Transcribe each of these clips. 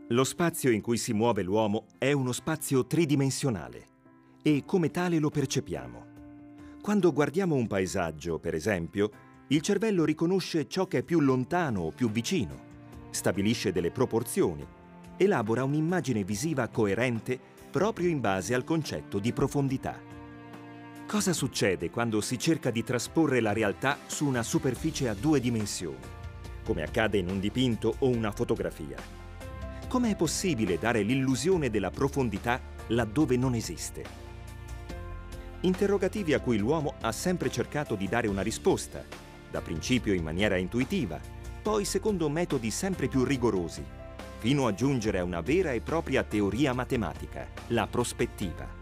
Lo spazio in cui si muove l'uomo è uno spazio tridimensionale e come tale lo percepiamo. Quando guardiamo un paesaggio, per esempio, il cervello riconosce ciò che è più lontano o più vicino, stabilisce delle proporzioni, elabora un'immagine visiva coerente proprio in base al concetto di profondità. Cosa succede quando si cerca di trasporre la realtà su una superficie a 2 dimensioni, come accade in un dipinto o una fotografia? Come è possibile dare l'illusione della profondità laddove non esiste? Interrogativi a cui l'uomo ha sempre cercato di dare una risposta, da principio in maniera intuitiva, poi secondo metodi sempre più rigorosi, fino a giungere a una vera e propria teoria matematica, la prospettiva.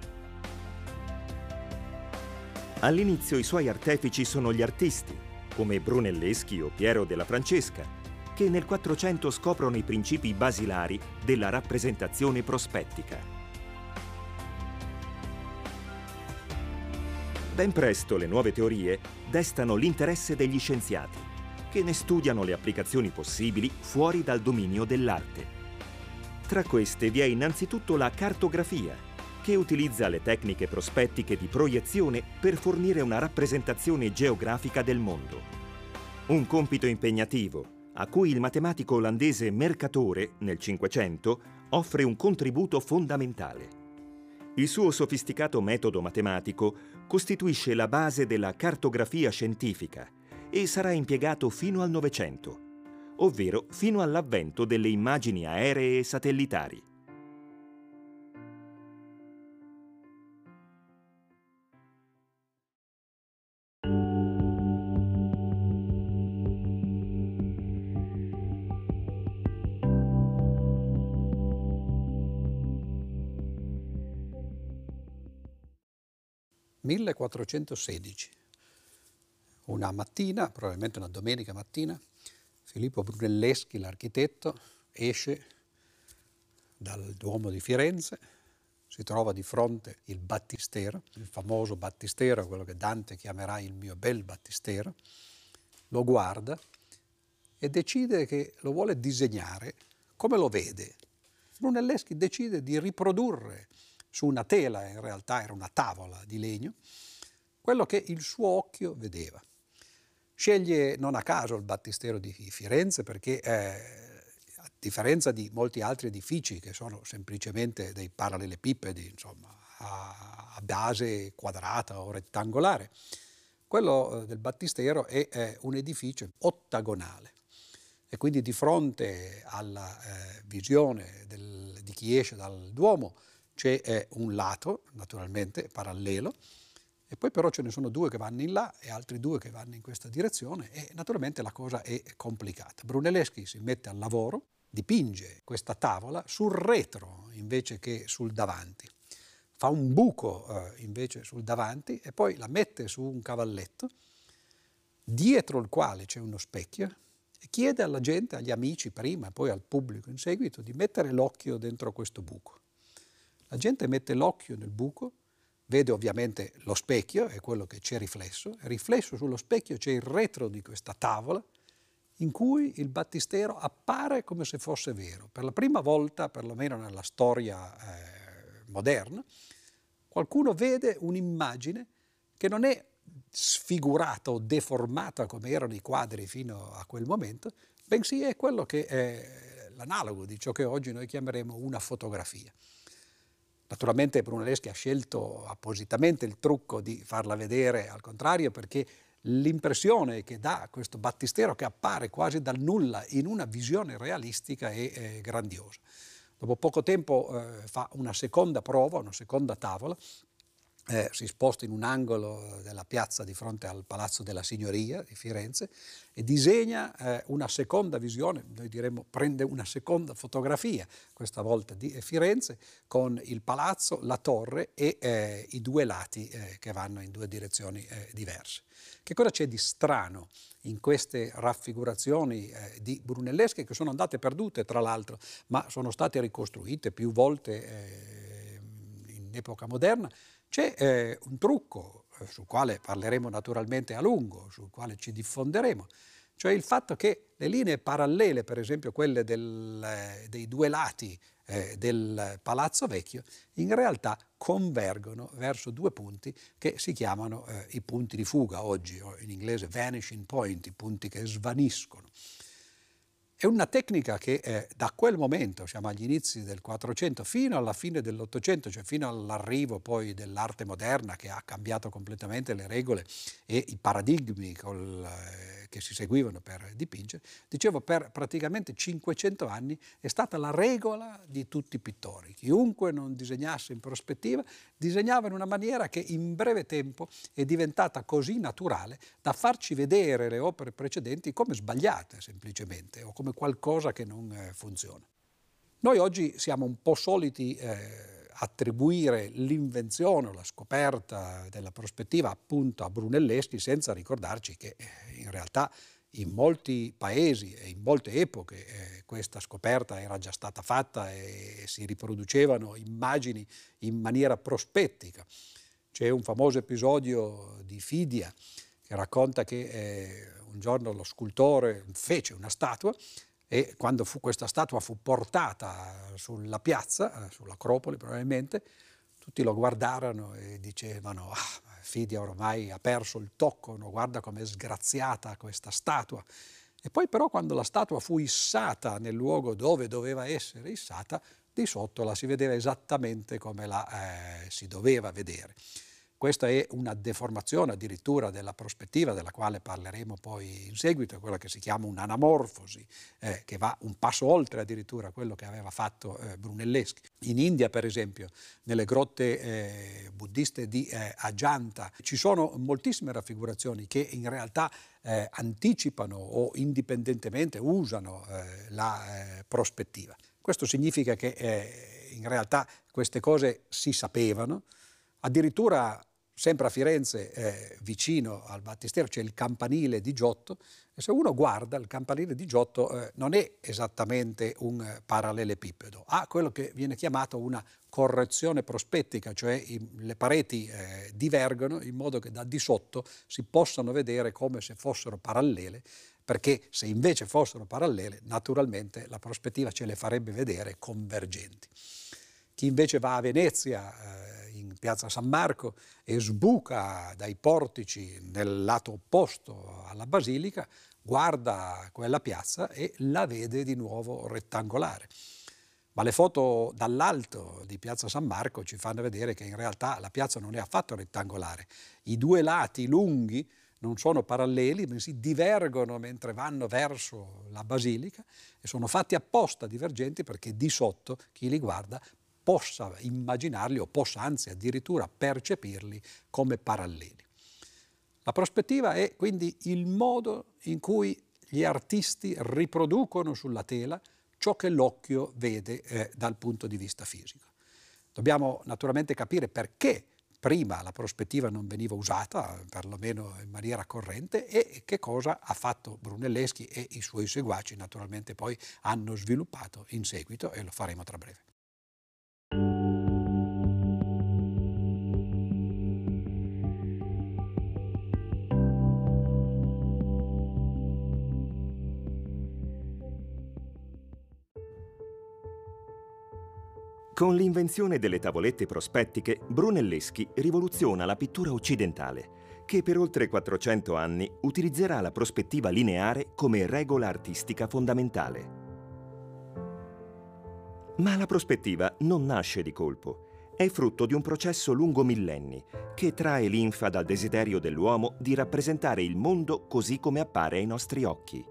All'inizio i suoi artefici sono gli artisti, come Brunelleschi o Piero della Francesca, che nel 400 scoprono i principi basilari della rappresentazione prospettica. Ben presto le nuove teorie destano l'interesse degli scienziati, che ne studiano le applicazioni possibili fuori dal dominio dell'arte. Tra queste vi è innanzitutto la cartografia, che utilizza le tecniche prospettiche di proiezione per fornire una rappresentazione geografica del mondo. Un compito impegnativo, a cui il matematico olandese Mercator, nel Cinquecento, offre un contributo fondamentale. Il suo sofisticato metodo matematico costituisce la base della cartografia scientifica e sarà impiegato fino al Novecento, ovvero fino all'avvento delle immagini aeree e satellitari. (1416). Una mattina, probabilmente una domenica mattina, Filippo Brunelleschi, l'architetto, esce dal Duomo di Firenze, si trova di fronte il Battistero, il famoso Battistero, quello che Dante chiamerà il mio bel Battistero, lo guarda e decide che lo vuole disegnare come lo vede. Brunelleschi decide di riprodurre su una tela, in realtà era una tavola di legno, quello che il suo occhio vedeva. Sceglie non a caso il Battistero di Firenze perché, a differenza di molti altri edifici che sono semplicemente dei parallelepipedi, insomma, a base quadrata o rettangolare, quello del Battistero è un edificio ottagonale. E quindi di fronte alla visione di chi esce dal Duomo c'è un lato, naturalmente, parallelo, e poi però ce ne sono 2 che vanno in là e altri 2 che vanno in questa direzione e naturalmente la cosa è complicata. Brunelleschi si mette al lavoro, dipinge questa tavola sul retro invece che sul davanti. Fa un buco invece sul davanti e poi la mette su un cavalletto, dietro il quale c'è uno specchio, e chiede alla gente, agli amici prima e poi al pubblico in seguito, di mettere l'occhio dentro questo buco. La gente mette l'occhio nel buco, vede ovviamente lo specchio, è quello che c'è riflesso, e riflesso sullo specchio c'è il retro di questa tavola in cui il Battistero appare come se fosse vero. Per la prima volta, perlomeno nella storia moderna, qualcuno vede un'immagine che non è sfigurata o deformata come erano i quadri fino a quel momento, bensì è quello che è l'analogo di ciò che oggi noi chiameremo una fotografia. Naturalmente Brunelleschi ha scelto appositamente il trucco di farla vedere al contrario perché l'impressione che dà questo Battistero che appare quasi dal nulla in una visione realistica è grandiosa. Dopo poco tempo fa una seconda prova, una seconda tavola, si sposta in un angolo della piazza di fronte al Palazzo della Signoria di Firenze e disegna una seconda visione, noi diremmo prende una seconda fotografia, questa volta di Firenze, con il palazzo, la torre e i 2 lati che vanno in 2 direzioni diverse. Che cosa c'è di strano in queste raffigurazioni di Brunelleschi che sono andate perdute tra l'altro, ma sono state ricostruite più volte in epoca moderna? C'è un trucco sul quale parleremo naturalmente a lungo, sul quale ci diffonderemo, cioè il fatto che le linee parallele, per esempio quelle dei due lati del Palazzo Vecchio, in realtà convergono verso due punti che si chiamano i punti di fuga oggi, o in inglese vanishing point, i punti che svaniscono. È una tecnica che da quel momento, siamo agli inizi del 400, fino alla fine dell'Ottocento, cioè fino all'arrivo poi dell'arte moderna che ha cambiato completamente le regole e i paradigmi che si seguivano per dipingere, dicevo, per praticamente 500 anni è stata la regola di tutti i pittori. Chiunque non disegnasse in prospettiva disegnava in una maniera che in breve tempo è diventata così naturale da farci vedere le opere precedenti come sbagliate semplicemente, o come qualcosa che non funziona. Noi oggi siamo un po' soliti attribuire l'invenzione o la scoperta della prospettiva appunto a Brunelleschi, senza ricordarci che in realtà in molti paesi e in molte epoche questa scoperta era già stata fatta e si riproducevano immagini in maniera prospettica. C'è un famoso episodio di Fidia che racconta che un giorno lo scultore fece una statua e quando questa statua fu portata sulla piazza, sull'Acropoli probabilmente, tutti lo guardarono e dicevano Fidia ormai ha perso il tocco, no? Guarda com'è sgraziata questa statua. E poi però quando la statua fu issata nel luogo dove doveva essere issata, di sotto la si vedeva esattamente come la si doveva vedere. Questa è una deformazione addirittura della prospettiva, della quale parleremo poi in seguito, è quella che si chiama un'anamorfosi, che va un passo oltre addirittura quello che aveva fatto Brunelleschi. In India, per esempio, nelle grotte buddiste di Ajanta, ci sono moltissime raffigurazioni che in realtà anticipano o indipendentemente usano la prospettiva. Questo significa che in realtà queste cose si sapevano, addirittura sempre a Firenze, vicino al battistero, c'è il campanile di Giotto e se uno guarda il campanile di Giotto non è esattamente un parallelepipedo, ha quello che viene chiamato una correzione prospettica, cioè le pareti divergono in modo che da di sotto si possano vedere come se fossero parallele, perché se invece fossero parallele, naturalmente la prospettiva ce le farebbe vedere convergenti. Chi invece va a Venezia, in piazza San Marco, e sbuca dai portici nel lato opposto alla Basilica, guarda quella piazza e la vede di nuovo rettangolare. Ma le foto dall'alto di piazza San Marco ci fanno vedere che in realtà la piazza non è affatto rettangolare. I due lati lunghi non sono paralleli, ma si divergono mentre vanno verso la Basilica e sono fatti apposta divergenti perché di sotto chi li guarda possa immaginarli o possa anzi addirittura percepirli come paralleli. La prospettiva è quindi il modo in cui gli artisti riproducono sulla tela ciò che l'occhio vede dal punto di vista fisico. Dobbiamo naturalmente capire perché prima la prospettiva non veniva usata, perlomeno in maniera corrente, e che cosa ha fatto Brunelleschi e i suoi seguaci naturalmente poi hanno sviluppato in seguito, e lo faremo tra breve. Con l'invenzione delle tavolette prospettiche, Brunelleschi rivoluziona la pittura occidentale, che per oltre 400 anni utilizzerà la prospettiva lineare come regola artistica fondamentale. Ma la prospettiva non nasce di colpo, è frutto di un processo lungo millenni, che trae linfa dal desiderio dell'uomo di rappresentare il mondo così come appare ai nostri occhi.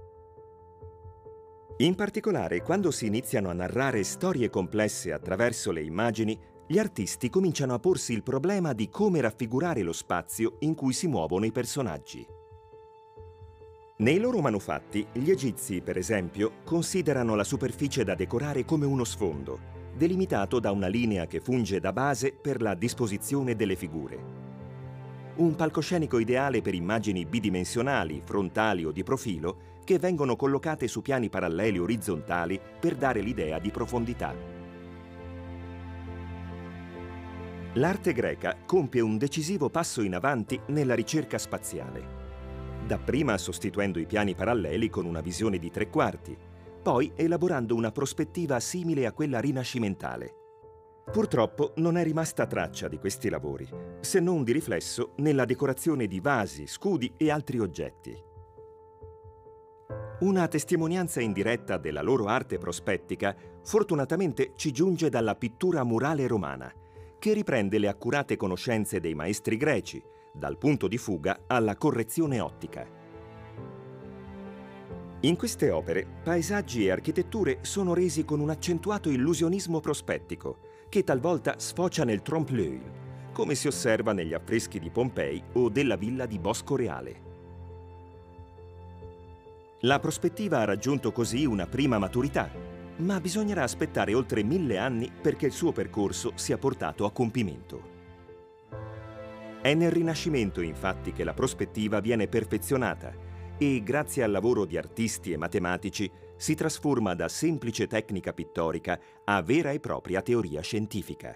In particolare, quando si iniziano a narrare storie complesse attraverso le immagini, gli artisti cominciano a porsi il problema di come raffigurare lo spazio in cui si muovono i personaggi. Nei loro manufatti, gli egizi, per esempio, considerano la superficie da decorare come uno sfondo, delimitato da una linea che funge da base per la disposizione delle figure. Un palcoscenico ideale per immagini bidimensionali, frontali o di profilo, che vengono collocate su piani paralleli orizzontali per dare l'idea di profondità. L'arte greca compie un decisivo passo in avanti nella ricerca spaziale. dapprima sostituendo i piani paralleli con una visione di 3/4, poi elaborando una prospettiva simile a quella rinascimentale. Purtroppo non è rimasta traccia di questi lavori, se non di riflesso nella decorazione di vasi, scudi e altri oggetti. Una testimonianza indiretta della loro arte prospettica fortunatamente ci giunge dalla pittura murale romana, che riprende le accurate conoscenze dei maestri greci, dal punto di fuga alla correzione ottica. In queste opere, paesaggi e architetture sono resi con un accentuato illusionismo prospettico, che talvolta sfocia nel trompe-l'œil, come si osserva negli affreschi di Pompei o della villa di Bosco Reale. La prospettiva ha raggiunto così una prima maturità, ma bisognerà aspettare oltre 1000 anni perché il suo percorso sia portato a compimento. È nel Rinascimento, infatti, che la prospettiva viene perfezionata e, grazie al lavoro di artisti e matematici, si trasforma da semplice tecnica pittorica a vera e propria teoria scientifica.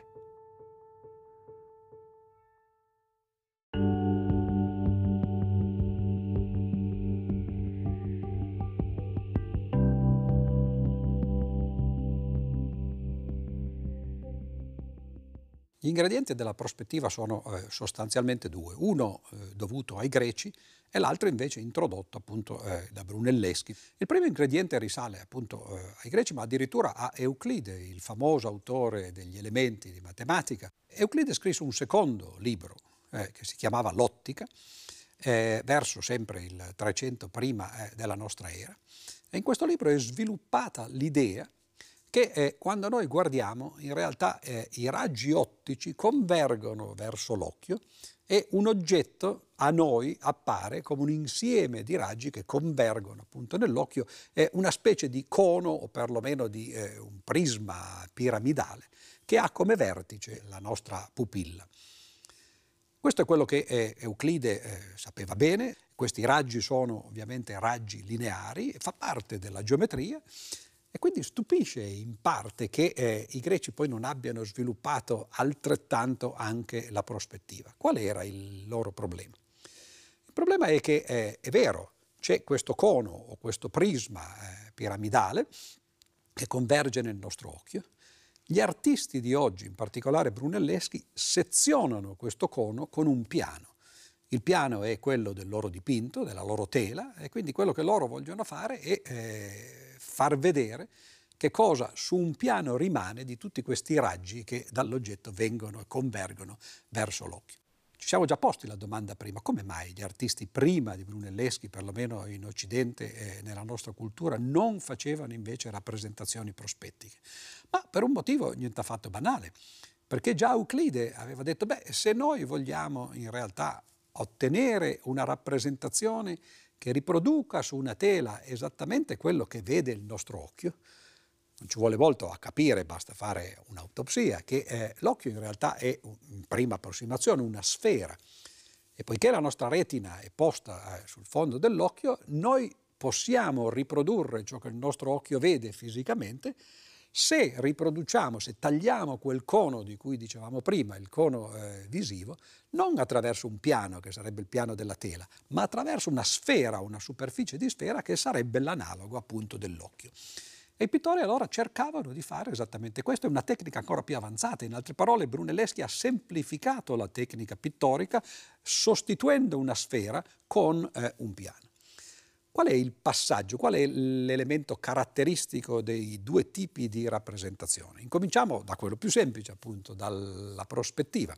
Gli ingredienti della prospettiva sono sostanzialmente due, uno dovuto ai greci e l'altro invece introdotto appunto da Brunelleschi. Il primo ingrediente risale appunto ai greci, ma addirittura a Euclide, il famoso autore degli elementi di matematica. Euclide scrisse un secondo libro che si chiamava L'Ottica, verso sempre il 300 prima della nostra era. E in questo libro è sviluppata l'idea che quando noi guardiamo, in realtà i raggi ottici convergono verso l'occhio e un oggetto a noi appare come un insieme di raggi che convergono appunto nell'occhio, una specie di cono o perlomeno di un prisma piramidale che ha come vertice la nostra pupilla. Questo è quello che Euclide sapeva bene. Questi raggi sono ovviamente raggi lineari, fa parte della geometria. E quindi stupisce in parte che i greci poi non abbiano sviluppato altrettanto anche la prospettiva. Qual era il loro problema? Il problema è che è vero, c'è questo cono o questo prisma piramidale che converge nel nostro occhio. Gli artisti di oggi, in particolare Brunelleschi, sezionano questo cono con un piano. Il piano è quello del loro dipinto, della loro tela, e quindi quello che loro vogliono fare è far vedere che cosa su un piano rimane di tutti questi raggi che dall'oggetto vengono e convergono verso l'occhio. Ci siamo già posti la domanda prima, come mai gli artisti prima di Brunelleschi, perlomeno in Occidente e nella nostra cultura, non facevano invece rappresentazioni prospettiche? Ma per un motivo niente affatto banale, perché già Euclide aveva detto, se noi vogliamo in realtà ottenere una rappresentazione che riproduca su una tela esattamente quello che vede il nostro occhio, non ci vuole molto a capire, basta fare un'autopsia, che l'occhio in realtà è, in prima approssimazione, una sfera. E poiché la nostra retina è posta sul fondo dell'occhio, noi possiamo riprodurre ciò che il nostro occhio vede fisicamente se riproduciamo, se tagliamo quel cono di cui dicevamo prima, il cono visivo, non attraverso un piano, che sarebbe il piano della tela, ma attraverso una sfera, una superficie di sfera che sarebbe l'analogo appunto dell'occhio. E i pittori allora cercavano di fare esattamente questo, è una tecnica ancora più avanzata. In altre parole, Brunelleschi ha semplificato la tecnica pittorica sostituendo una sfera con un piano. Qual è il passaggio, qual è l'elemento caratteristico dei due tipi di rappresentazione? Incominciamo da quello più semplice, appunto, dalla prospettiva.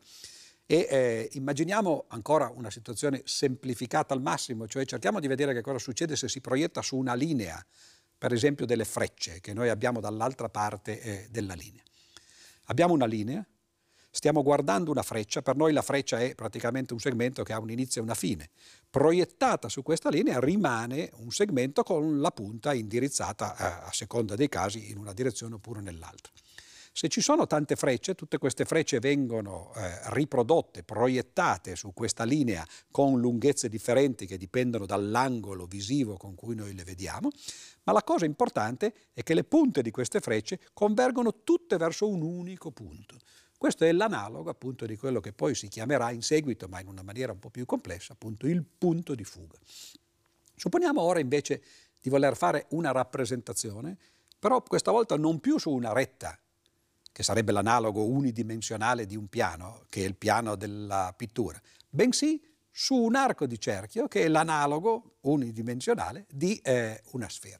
E immaginiamo ancora una situazione semplificata al massimo, cioè cerchiamo di vedere che cosa succede se si proietta su una linea, per esempio delle frecce che noi abbiamo dall'altra parte della linea. Abbiamo una linea, stiamo guardando una freccia, per noi la freccia è praticamente un segmento che ha un inizio e una fine. Proiettata su questa linea rimane un segmento con la punta indirizzata a seconda dei casi in una direzione oppure nell'altra. Se ci sono tante frecce, tutte queste frecce vengono riprodotte, proiettate su questa linea con lunghezze differenti che dipendono dall'angolo visivo con cui noi le vediamo, ma la cosa importante è che le punte di queste frecce convergono tutte verso un unico punto. Questo è l'analogo appunto di quello che poi si chiamerà in seguito, ma in una maniera un po' più complessa, appunto il punto di fuga. Supponiamo ora invece di voler fare una rappresentazione, però questa volta non più su una retta, che sarebbe l'analogo unidimensionale di un piano, che è il piano della pittura, bensì su un arco di cerchio, che è l'analogo unidimensionale di una sfera.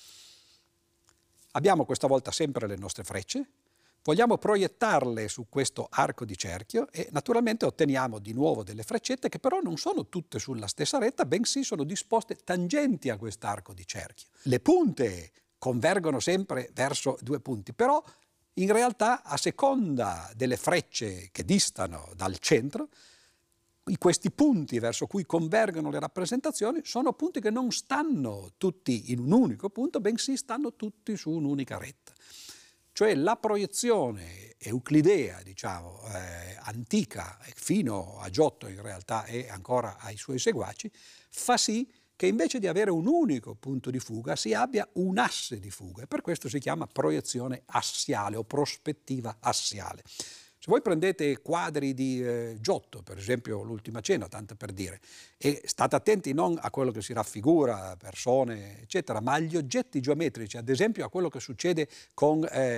Abbiamo questa volta sempre le nostre frecce, vogliamo proiettarle su questo arco di cerchio e naturalmente otteniamo di nuovo delle freccette che però non sono tutte sulla stessa retta, bensì sono disposte tangenti a quest'arco di cerchio. Le punte convergono sempre verso due punti, però in realtà a seconda delle frecce che distano dal centro, questi punti verso cui convergono le rappresentazioni sono punti che non stanno tutti in un unico punto, bensì stanno tutti su un'unica retta. Cioè la proiezione euclidea, diciamo, antica, fino a Giotto in realtà e ancora ai suoi seguaci, fa sì che invece di avere un unico punto di fuga si abbia un asse di fuga, e per questo si chiama proiezione assiale o prospettiva assiale. Se voi prendete quadri di Giotto, per esempio l'Ultima Cena, tanto per dire, e state attenti non a quello che si raffigura, persone, eccetera, ma agli oggetti geometrici, ad esempio a quello che succede con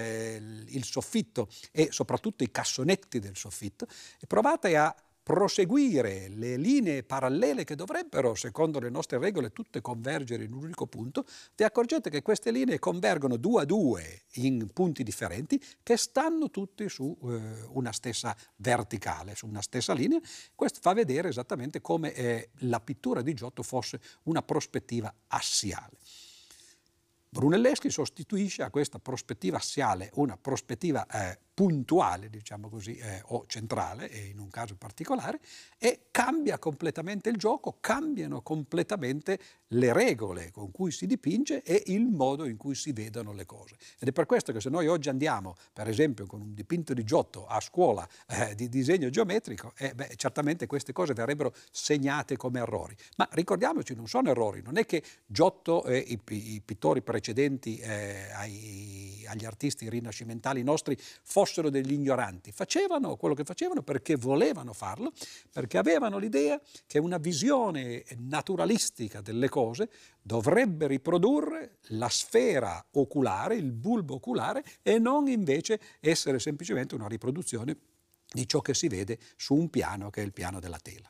il soffitto e soprattutto i cassonetti del soffitto, e provate a proseguire le linee parallele che dovrebbero, secondo le nostre regole, tutte convergere in un unico punto, vi accorgete che queste linee convergono 2 a 2 in punti differenti che stanno tutti su una stessa verticale, su una stessa linea. Questo fa vedere esattamente come la pittura di Giotto fosse una prospettiva assiale. Brunelleschi sostituisce a questa prospettiva assiale una prospettiva puntuale, diciamo così, o centrale, in un caso particolare, e cambia completamente il gioco, cambiano completamente le regole con cui si dipinge e il modo in cui si vedono le cose. Ed è per questo che se noi oggi andiamo, per esempio, con un dipinto di Giotto a scuola di disegno geometrico, certamente queste cose verrebbero segnate come errori. Ma ricordiamoci, non sono errori, non è che Giotto e i pittori precedenti agli artisti rinascimentali nostri fossero degli ignoranti. Facevano quello che facevano perché volevano farlo, perché avevano l'idea che una visione naturalistica delle cose dovrebbe riprodurre la sfera oculare, il bulbo oculare, e non invece essere semplicemente una riproduzione di ciò che si vede su un piano che è il piano della tela.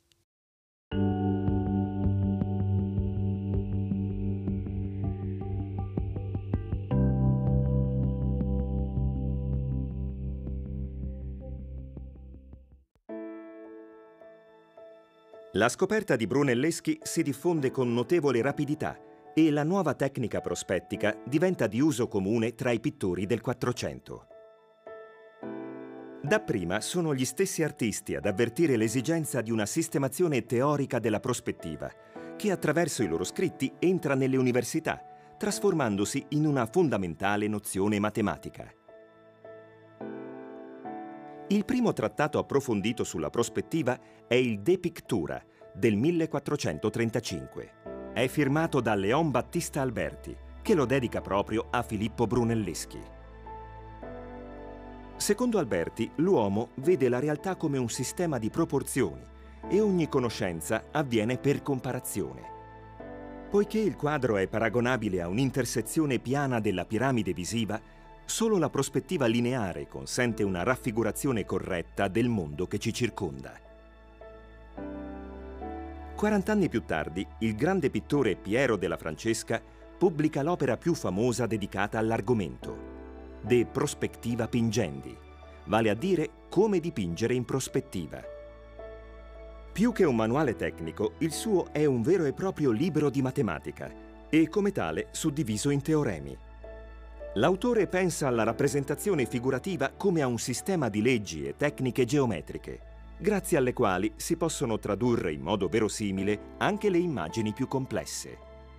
La scoperta di Brunelleschi si diffonde con notevole rapidità e la nuova tecnica prospettica diventa di uso comune tra i pittori del Quattrocento. Dapprima sono gli stessi artisti ad avvertire l'esigenza di una sistemazione teorica della prospettiva, che attraverso i loro scritti entra nelle università, trasformandosi in una fondamentale nozione matematica. Il primo trattato approfondito sulla prospettiva è il De Pictura del 1435. È firmato da Leon Battista Alberti, che lo dedica proprio a Filippo Brunelleschi. Secondo Alberti, l'uomo vede la realtà come un sistema di proporzioni e ogni conoscenza avviene per comparazione. Poiché il quadro è paragonabile a un'intersezione piana della piramide visiva, solo la prospettiva lineare consente una raffigurazione corretta del mondo che ci circonda. 40 anni più tardi, il grande pittore Piero della Francesca pubblica l'opera più famosa dedicata all'argomento, De Prospectiva Pingendi, vale a dire come dipingere in prospettiva. Più che un manuale tecnico, il suo è un vero e proprio libro di matematica e come tale suddiviso in teoremi. L'autore pensa alla rappresentazione figurativa come a un sistema di leggi e tecniche geometriche, grazie alle quali si possono tradurre in modo verosimile anche le immagini più complesse.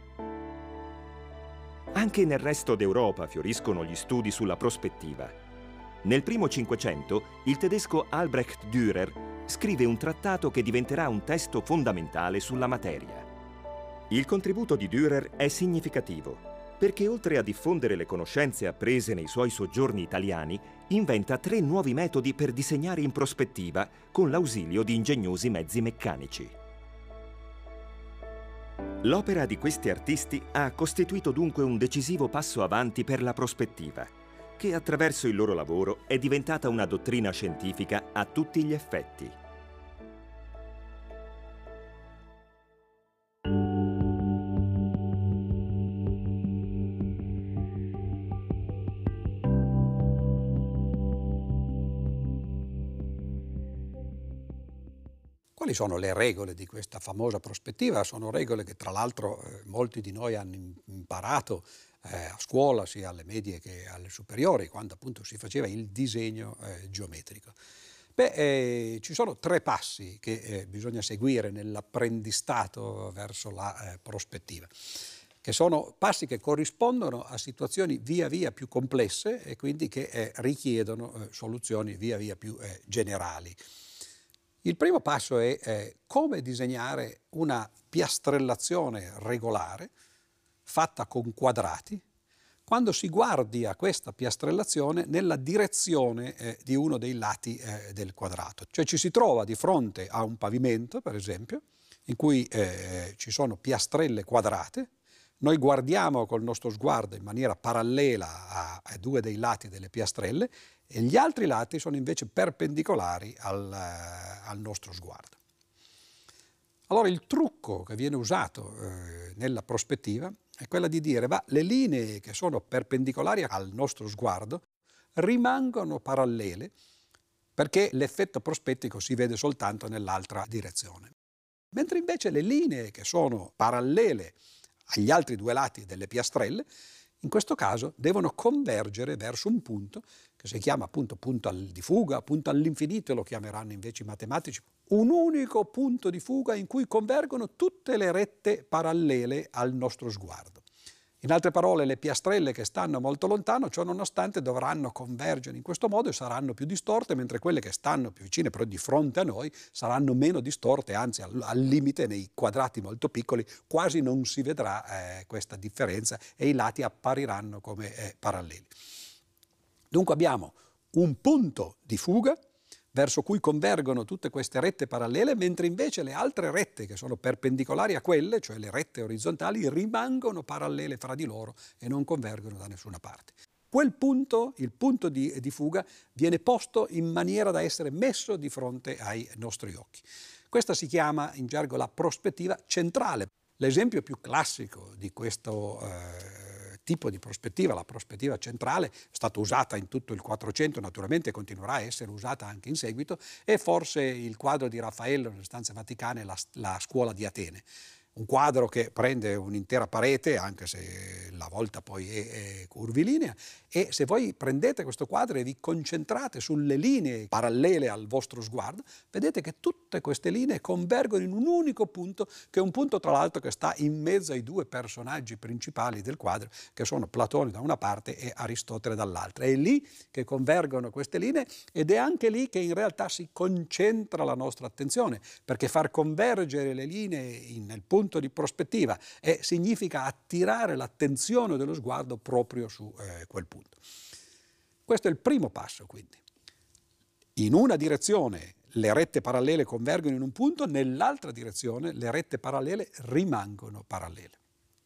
Anche nel resto d'Europa fioriscono gli studi sulla prospettiva. Nel primo Cinquecento, il tedesco Albrecht Dürer scrive un trattato che diventerà un testo fondamentale sulla materia. Il contributo di Dürer è significativo, perché oltre a diffondere le conoscenze apprese nei suoi soggiorni italiani, inventa 3 nuovi metodi per disegnare in prospettiva con l'ausilio di ingegnosi mezzi meccanici. L'opera di questi artisti ha costituito dunque un decisivo passo avanti per la prospettiva, che attraverso il loro lavoro è diventata una dottrina scientifica a tutti gli effetti. Quali sono le regole di questa famosa prospettiva? Sono regole che tra l'altro molti di noi hanno imparato a scuola, sia alle medie che alle superiori, quando appunto si faceva il disegno geometrico. Ci sono 3 passi che bisogna seguire nell'apprendistato verso la prospettiva, che sono passi che corrispondono a situazioni via via più complesse e quindi che richiedono soluzioni via via più generali. Il primo passo è come disegnare una piastrellazione regolare fatta con quadrati quando si guardi a questa piastrellazione nella direzione di uno dei lati del quadrato. Cioè ci si trova di fronte a un pavimento, per esempio, in cui ci sono piastrelle quadrate. Noi guardiamo col nostro sguardo in maniera parallela a 2 dei lati delle piastrelle e gli altri lati sono invece perpendicolari al nostro sguardo. Allora il trucco che viene usato nella prospettiva è quella di dire che le linee che sono perpendicolari al nostro sguardo rimangono parallele perché l'effetto prospettico si vede soltanto nell'altra direzione. Mentre invece le linee che sono parallele agli altri 2 lati delle piastrelle, in questo caso devono convergere verso un punto che si chiama appunto punto di fuga, punto all'infinito lo chiameranno invece i matematici, un unico punto di fuga in cui convergono tutte le rette parallele al nostro sguardo. In altre parole, le piastrelle che stanno molto lontano, ciò nonostante, dovranno convergere in questo modo e saranno più distorte, mentre quelle che stanno più vicine, però di fronte a noi, saranno meno distorte, anzi al limite nei quadrati molto piccoli quasi non si vedrà questa differenza e i lati appariranno come paralleli. Dunque abbiamo un punto di fuga verso cui convergono tutte queste rette parallele, mentre invece le altre rette che sono perpendicolari a quelle, cioè le rette orizzontali, rimangono parallele fra di loro e non convergono da nessuna parte. Quel punto, il punto di fuga, viene posto in maniera da essere messo di fronte ai nostri occhi. Questa si chiama in gergo la prospettiva centrale. L'esempio più classico di questo tipo di prospettiva, la prospettiva centrale, è stata usata in tutto il 400, naturalmente continuerà a essere usata anche in seguito, è forse il quadro di Raffaello nelle stanze vaticane, la Scuola di Atene. Un quadro che prende un'intera parete, anche se la volta poi è curvilinea, e se voi prendete questo quadro e vi concentrate sulle linee parallele al vostro sguardo, vedete che tutte queste linee convergono in un unico punto, che è un punto tra l'altro che sta in mezzo ai 2 personaggi principali del quadro, che sono Platone da una parte e Aristotele dall'altra. È lì che convergono queste linee ed è anche lì che in realtà si concentra la nostra attenzione, perché far convergere le linee nel punto di prospettiva significa attirare l'attenzione dello sguardo proprio su quel punto. Questo è il primo passo, quindi. In una direzione le rette parallele convergono in un punto, nell'altra direzione le rette parallele rimangono parallele.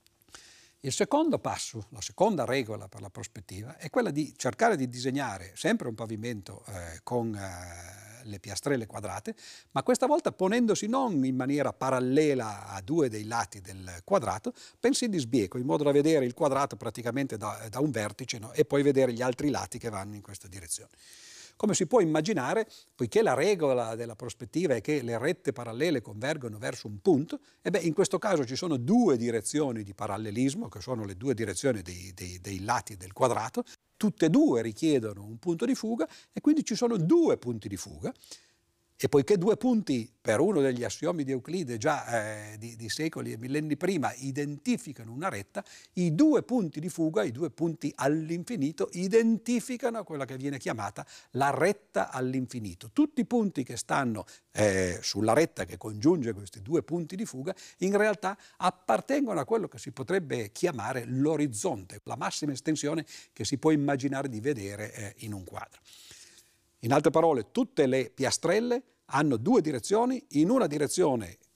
Il secondo passo, la seconda regola per la prospettiva, è quella di cercare di disegnare sempre un pavimento con le piastrelle quadrate, ma questa volta ponendosi non in maniera parallela a 2 dei lati del quadrato, bensì di sbieco, in modo da vedere il quadrato praticamente da un vertice, no? E poi vedere gli altri lati che vanno in questa direzione. Come si può immaginare, poiché la regola della prospettiva è che le rette parallele convergono verso un punto, in questo caso ci sono 2 direzioni di parallelismo, che sono le 2 direzioni dei lati del quadrato, tutte e 2 richiedono un punto di fuga e quindi ci sono 2 punti di fuga. E poiché 2 punti, per uno degli assiomi di Euclide già di secoli e millenni prima, identificano una retta, i 2 punti di fuga, i 2 punti all'infinito, identificano quella che viene chiamata la retta all'infinito. Tutti i punti che stanno sulla retta che congiunge questi 2 punti di fuga, in realtà appartengono a quello che si potrebbe chiamare l'orizzonte, la massima estensione che si può immaginare di vedere in un quadro. In altre parole, tutte le piastrelle hanno 2 direzioni, in una direzione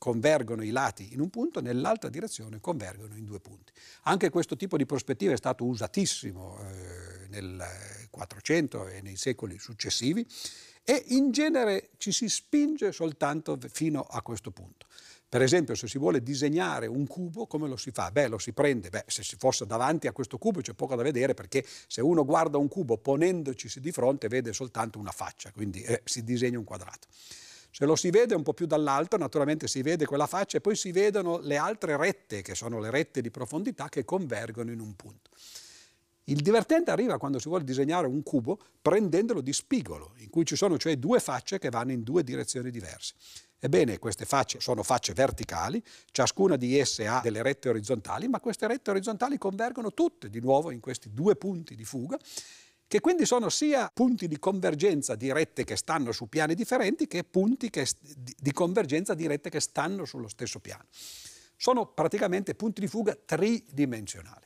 convergono i lati in un punto, nell'altra direzione convergono in due punti. Anche questo tipo di prospettiva è stato usatissimo nel 400 e nei secoli successivi, e in genere ci si spinge soltanto fino a questo punto. Per esempio, se si vuole disegnare un cubo, come lo si fa? Lo si prende, se si fosse davanti a questo cubo c'è poco da vedere, perché se uno guarda un cubo ponendocisi di fronte vede soltanto una faccia, quindi si disegna un quadrato. Se lo si vede un po' più dall'alto, naturalmente si vede quella faccia e poi si vedono le altre rette, che sono le rette di profondità, che convergono in un punto. Il divertente arriva quando si vuole disegnare un cubo prendendolo di spigolo, in cui ci sono cioè due facce che vanno in due direzioni diverse. Ebbene, queste facce sono facce verticali, ciascuna di esse ha delle rette orizzontali, ma queste rette orizzontali convergono tutte di nuovo in questi due punti di fuga, che quindi sono sia punti di convergenza di rette che stanno su piani differenti che punti di convergenza di rette che stanno sullo stesso piano. Sono praticamente punti di fuga tridimensionali.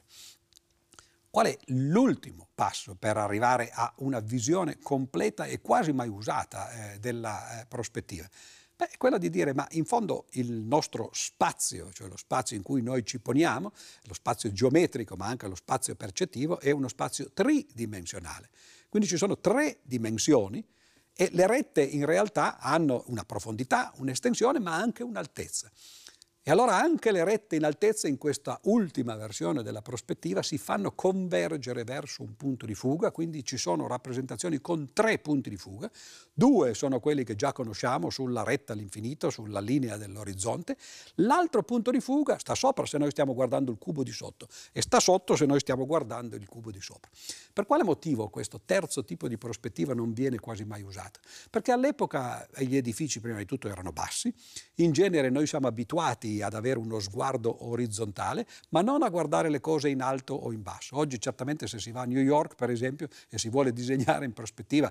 Qual è l'ultimo passo per arrivare a una visione completa e quasi mai usata della prospettiva? È quella di dire, ma in fondo il nostro spazio, cioè lo spazio in cui noi ci poniamo, lo spazio geometrico ma anche lo spazio percettivo, è uno spazio tridimensionale. Quindi ci sono tre dimensioni e le rette in realtà hanno una profondità, un'estensione ma anche un'altezza. E allora anche le rette in altezza in questa ultima versione della prospettiva si fanno convergere verso un punto di fuga, quindi ci sono rappresentazioni con tre punti di fuga. Due sono quelli che già conosciamo sulla retta all'infinito, sulla linea dell'orizzonte. L'altro punto di fuga sta sopra se noi stiamo guardando il cubo di sotto e sta sotto se noi stiamo guardando il cubo di sopra. Per quale motivo questo terzo tipo di prospettiva non viene quasi mai usato? Perché all'epoca gli edifici prima di tutto erano bassi, in genere noi siamo abituati ad avere uno sguardo orizzontale, ma non a guardare le cose in alto o in basso. Oggi certamente se si va a New York, per esempio, e si vuole disegnare in prospettiva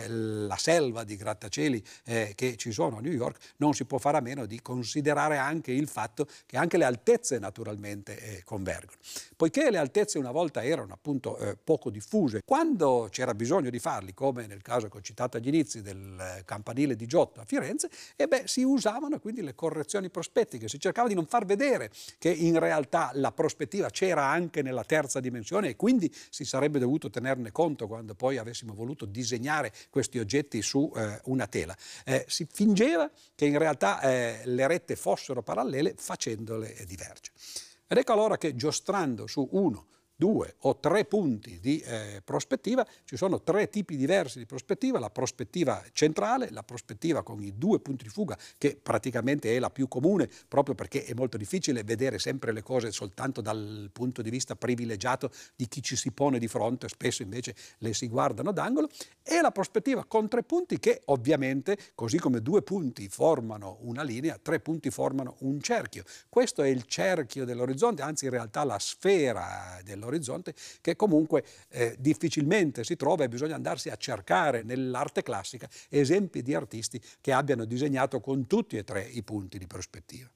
la selva di grattacieli che ci sono a New York, non si può fare a meno di considerare anche il fatto che anche le altezze naturalmente convergono. Poiché le altezze una volta erano appunto poco diffuse, quando c'era bisogno di farli, come nel caso che ho citato agli inizi del campanile di Giotto a Firenze, si usavano quindi le correzioni prospettiche, si cercava di non far vedere che in realtà la prospettiva c'era anche nella terza dimensione e quindi si sarebbe dovuto tenerne conto quando poi avessimo voluto disegnare questi oggetti su una tela. Si fingeva che in realtà le rette fossero parallele facendole divergere. Ed ecco allora che giostrando su uno, due o tre punti di prospettiva, ci sono tre tipi diversi di prospettiva: la prospettiva centrale, la prospettiva con i due punti di fuga, che praticamente è la più comune, proprio perché è molto difficile vedere sempre le cose soltanto dal punto di vista privilegiato di chi ci si pone di fronte, spesso invece le si guardano d'angolo, e la prospettiva con tre punti che ovviamente, così come due punti formano una linea, tre punti formano un cerchio. Questo è il cerchio dell'orizzonte, anzi in realtà la sfera dell'orizzonte, che comunque difficilmente si trova e bisogna andarsi a cercare nell'arte classica esempi di artisti che abbiano disegnato con tutti e tre i punti di prospettiva.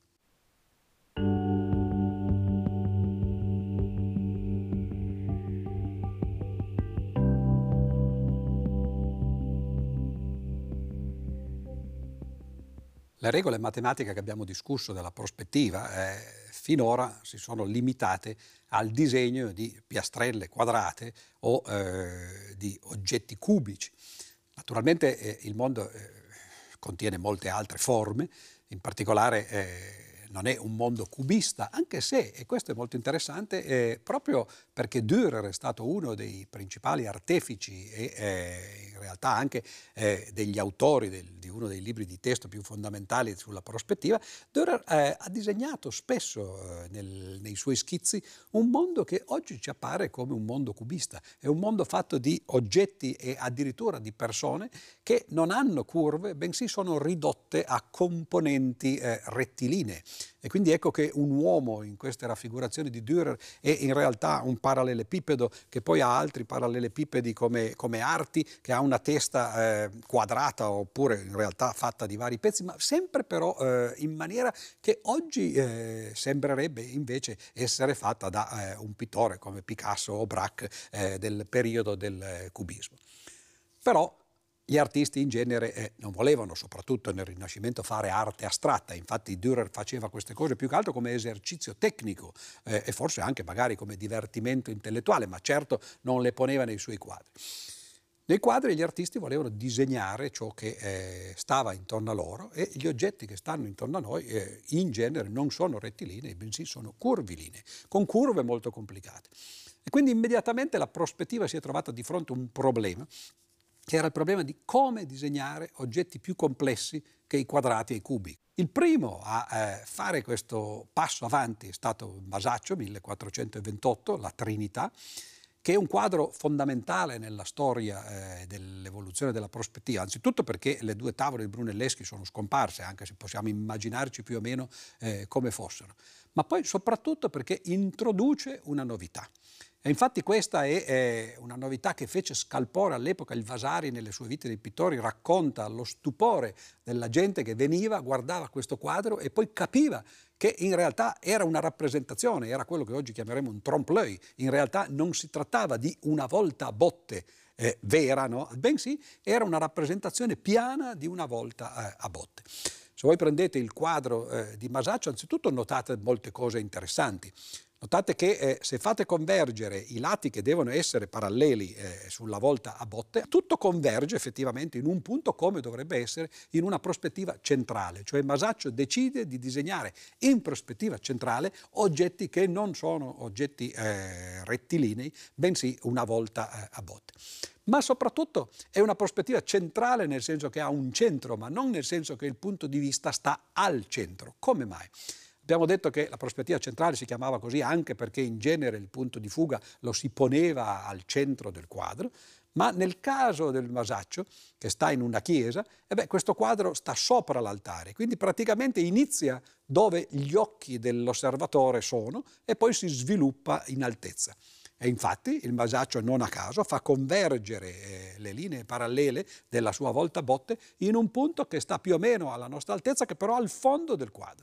Le regole matematiche che abbiamo discusso della prospettiva finora si sono limitate al disegno di piastrelle quadrate o di oggetti cubici. Naturalmente il mondo contiene molte altre forme, in particolare non è un mondo cubista, anche se, e questo è molto interessante, proprio perché Dürer è stato uno dei principali artefici e in realtà anche degli autori di uno dei libri di testo più fondamentali sulla prospettiva, Dürer ha disegnato spesso nei suoi schizzi un mondo che oggi ci appare come un mondo cubista. È un mondo fatto di oggetti e addirittura di persone che non hanno curve, bensì sono ridotte a componenti rettilinee. E quindi ecco che un uomo in queste raffigurazioni di Dürer è in realtà un parallelepipedo che poi ha altri parallelepipedi come arti, che ha una testa quadrata oppure in realtà fatta di vari pezzi, ma sempre però in maniera che oggi sembrerebbe invece essere fatta da un pittore come Picasso o Braque del periodo del cubismo. Però Gli artisti in genere non volevano, soprattutto nel Rinascimento, fare arte astratta, infatti Dürer faceva queste cose più che altro come esercizio tecnico e forse anche magari come divertimento intellettuale, ma certo non le poneva nei suoi quadri. Nei quadri gli artisti volevano disegnare ciò che stava intorno a loro e gli oggetti che stanno intorno a noi in genere non sono rettilinei, bensì sono curvilinei, con curve molto complicate. E quindi immediatamente la prospettiva si è trovata di fronte a un problema, che era il problema di come disegnare oggetti più complessi che i quadrati e i cubi. Il primo a fare questo passo avanti è stato Masaccio, 1428, la Trinità, che è un quadro fondamentale nella storia dell'evoluzione della prospettiva, anzitutto perché le due tavole di Brunelleschi sono scomparse, anche se possiamo immaginarci più o meno come fossero, ma poi soprattutto perché introduce una novità. E infatti questa è una novità che fece scalpore all'epoca. Il Vasari nelle sue vite dei pittori racconta lo stupore della gente che veniva, guardava questo quadro e poi capiva che in realtà era una rappresentazione, era quello che oggi chiameremo un trompe-l'œil. In realtà non si trattava di una volta a botte vera, no? Bensì era una rappresentazione piana di una volta a botte. Se voi prendete il quadro di Masaccio, anzitutto notate molte cose interessanti. Notate che se fate convergere i lati che devono essere paralleli sulla volta a botte, tutto converge effettivamente in un punto come dovrebbe essere in una prospettiva centrale. Cioè Masaccio decide di disegnare in prospettiva centrale oggetti che non sono oggetti rettilinei, bensì una volta a botte. Ma soprattutto è una prospettiva centrale nel senso che ha un centro, ma non nel senso che il punto di vista sta al centro. Come mai? Abbiamo detto che la prospettiva centrale si chiamava così anche perché in genere il punto di fuga lo si poneva al centro del quadro, ma nel caso del Masaccio, che sta in una chiesa, questo quadro sta sopra l'altare, quindi praticamente inizia dove gli occhi dell'osservatore sono e poi si sviluppa in altezza. E infatti il Masaccio non a caso fa convergere le linee parallele della sua volta a botte in un punto che sta più o meno alla nostra altezza, che però al fondo del quadro.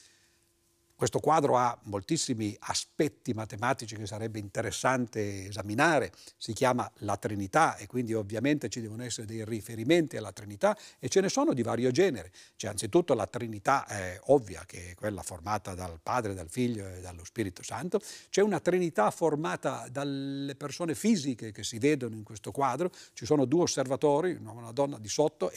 Questo quadro ha moltissimi aspetti matematici che sarebbe interessante esaminare, si chiama la Trinità e quindi ovviamente ci devono essere dei riferimenti alla Trinità e ce ne sono di vario genere. C'è anzitutto la Trinità ovvia, che è quella formata dal Padre, dal Figlio e dallo Spirito Santo. C'è una Trinità formata dalle persone fisiche che si vedono in questo quadro. Ci sono due osservatori, una donna di sotto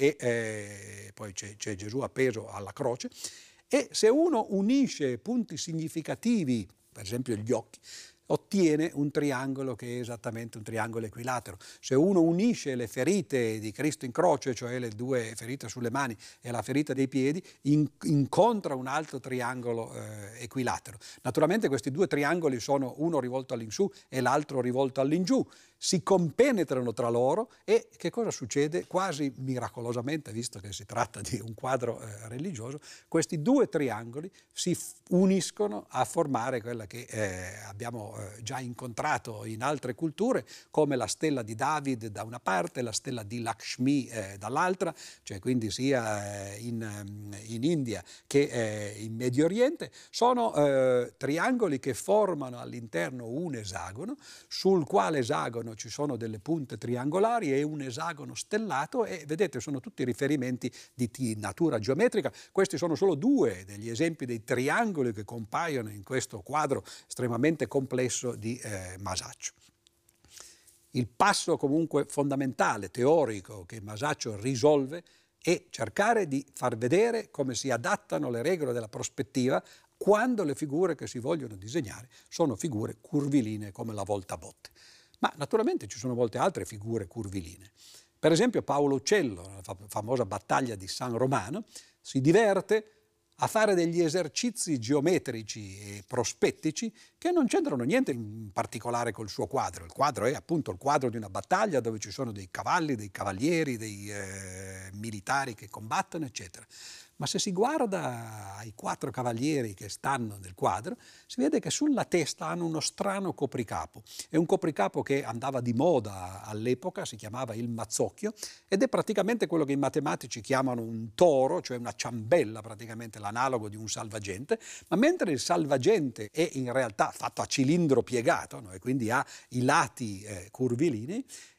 e poi c'è Gesù appeso alla croce. E se uno unisce punti significativi, per esempio gli occhi, ottiene un triangolo che è esattamente un triangolo equilatero. Se uno unisce le ferite di Cristo in croce, cioè le due ferite sulle mani e la ferita dei piedi, incontra un altro triangolo equilatero. Naturalmente questi due triangoli sono uno rivolto all'insù e l'altro rivolto all'ingiù. Si compenetrano tra loro e che cosa succede? Quasi miracolosamente, visto che si tratta di un quadro religioso, questi due triangoli si uniscono a formare quella che abbiamo già incontrato in altre culture, come la stella di David da una parte, la stella di Lakshmi dall'altra, cioè quindi sia in India che in Medio Oriente. Sono triangoli che formano all'interno un esagono, sul quale esagono ci sono delle punte triangolari e un esagono stellato e vedete sono tutti riferimenti di natura geometrica. Questi sono solo due degli esempi dei triangoli che compaiono in questo quadro estremamente complesso di Masaccio. Il passo comunque fondamentale, teorico, che Masaccio risolve è cercare di far vedere come si adattano le regole della prospettiva quando le figure che si vogliono disegnare sono figure curvilinee come la volta a botte. Ma naturalmente ci sono molte altre figure curvilinee. Per esempio Paolo Uccello, nella famosa battaglia di San Romano, si diverte a fare degli esercizi geometrici e prospettici che non c'entrano niente in particolare col suo quadro. Il quadro è appunto il quadro di una battaglia dove ci sono dei cavalli, dei cavalieri, dei militari che combattono, eccetera. Ma se si guarda ai quattro cavalieri che stanno nel quadro, si vede che sulla testa hanno uno strano copricapo. È un copricapo che andava di moda all'epoca, si chiamava il mazzocchio, ed è praticamente quello che i matematici chiamano un toro, cioè una ciambella, praticamente l'analogo di un salvagente, ma mentre il salvagente è in realtà fatto a cilindro piegato, no? E quindi ha i lati curvilinei,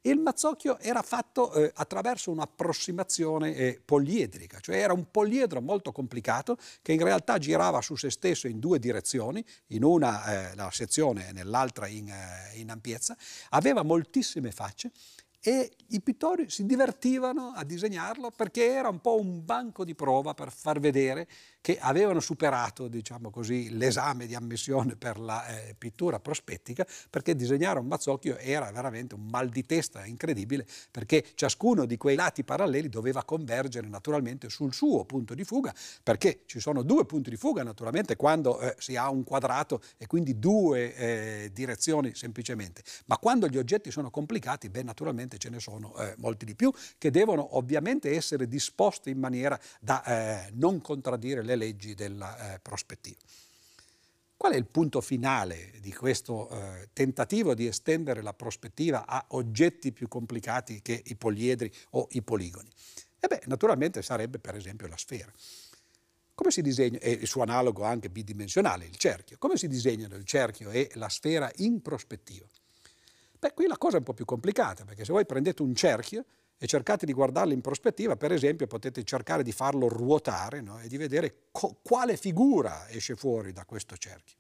Il mazzocchio era fatto attraverso un'approssimazione poliedrica, cioè era un poliedro molto complicato che in realtà girava su se stesso in due direzioni, in una la sezione e nell'altra in ampiezza, aveva moltissime facce e i pittori si divertivano a disegnarlo perché era un po' un banco di prova per far vedere che avevano superato, diciamo così, l'esame di ammissione per la pittura prospettica, perché disegnare un mazzocchio era veramente un mal di testa incredibile, perché ciascuno di quei lati paralleli doveva convergere naturalmente sul suo punto di fuga, perché ci sono due punti di fuga naturalmente quando si ha un quadrato e quindi due direzioni semplicemente, ma quando gli oggetti sono complicati, beh, naturalmente ce ne sono molti di più che devono ovviamente essere disposti in maniera da non contraddire le leggi della prospettiva. Qual è il punto finale di questo tentativo di estendere la prospettiva a oggetti più complicati che i poliedri o i poligoni? E beh, naturalmente sarebbe per esempio la sfera. Come si disegna, e il suo analogo anche bidimensionale, il cerchio. Come si disegnano il cerchio e la sfera in prospettiva? Beh, qui la cosa è un po' più complicata, perché se voi prendete un cerchio e cercate di guardarlo in prospettiva, per esempio potete cercare di farlo ruotare, no? E di vedere quale figura esce fuori da questo cerchio.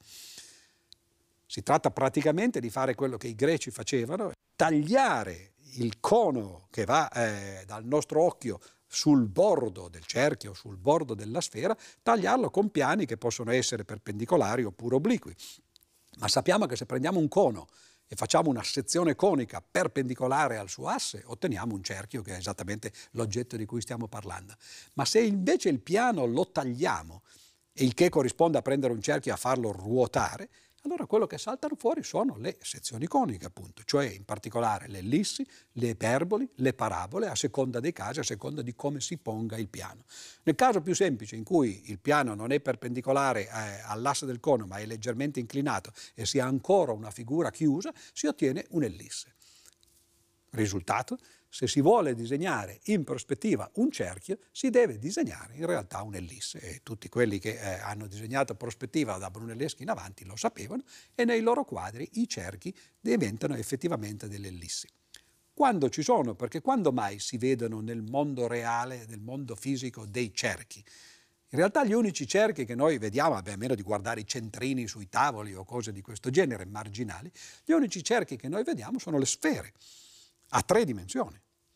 Si tratta praticamente di fare quello che i greci facevano, tagliare il cono che va dal nostro occhio sul bordo del cerchio, sul bordo della sfera, tagliarlo con piani che possono essere perpendicolari oppure obliqui. Ma sappiamo che se prendiamo un cono e facciamo una sezione conica perpendicolare al suo asse, otteniamo un cerchio che è esattamente l'oggetto di cui stiamo parlando. Ma se invece il piano lo tagliamo, e il che corrisponde a prendere un cerchio e a farlo ruotare, allora quello che saltano fuori sono le sezioni coniche, appunto, cioè in particolare le ellissi, le iperboli, le parabole, a seconda dei casi, a seconda di come si ponga il piano. Nel caso più semplice, in cui il piano non è perpendicolare all'asse del cono, ma è leggermente inclinato e si ha ancora una figura chiusa, si ottiene un'ellisse. Risultato? Se si vuole disegnare in prospettiva un cerchio, si deve disegnare in realtà un'ellisse. E tutti quelli che hanno disegnato prospettiva da Brunelleschi in avanti lo sapevano, e nei loro quadri i cerchi diventano effettivamente delle ellissi. Quando ci sono? Perché quando mai si vedono nel mondo reale, nel mondo fisico, dei cerchi? In realtà gli unici cerchi che noi vediamo, a meno di guardare i centrini sui tavoli o cose di questo genere, marginali, gli unici cerchi che noi vediamo sono le sfere, a 3 dimensioni.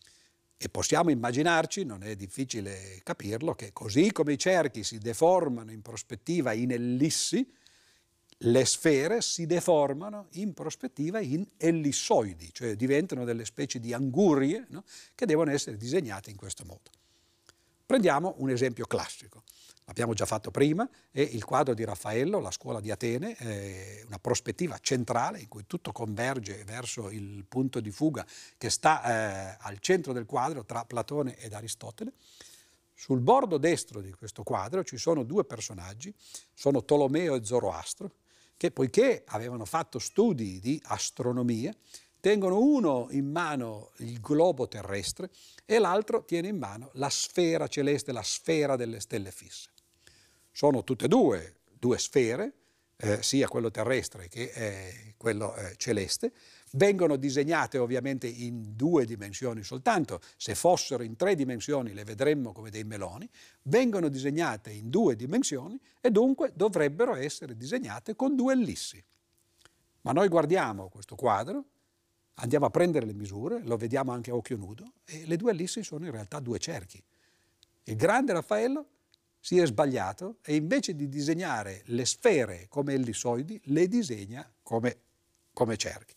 E possiamo immaginarci, non è difficile capirlo, che così come i cerchi si deformano in prospettiva in ellissi, le sfere si deformano in prospettiva in ellissoidi, cioè diventano delle specie di angurie, no? Che devono essere disegnate in questo modo. Prendiamo un esempio classico. L'abbiamo già fatto prima, è il quadro di Raffaello, La scuola di Atene, una prospettiva centrale in cui tutto converge verso il punto di fuga che sta al centro del quadro tra Platone ed Aristotele. Sul bordo destro di questo quadro ci sono 2 personaggi, sono Tolomeo e Zoroastro, che poiché avevano fatto studi di astronomia, tengono uno in mano il globo terrestre e l'altro tiene in mano la sfera celeste, la sfera delle stelle fisse. Sono tutte e due sfere, sia quello terrestre che quello celeste, vengono disegnate ovviamente in 2 dimensioni soltanto. Se fossero in 3 dimensioni le vedremmo come dei meloni, vengono disegnate in 2 dimensioni e dunque dovrebbero essere disegnate con 2 ellissi. Ma noi guardiamo questo quadro, andiamo a prendere le misure, lo vediamo anche a occhio nudo, e le 2 ellissi sono in realtà 2 cerchi. Il grande Raffaello si è sbagliato e invece di disegnare le sfere come ellissoidi, le disegna come cerchi.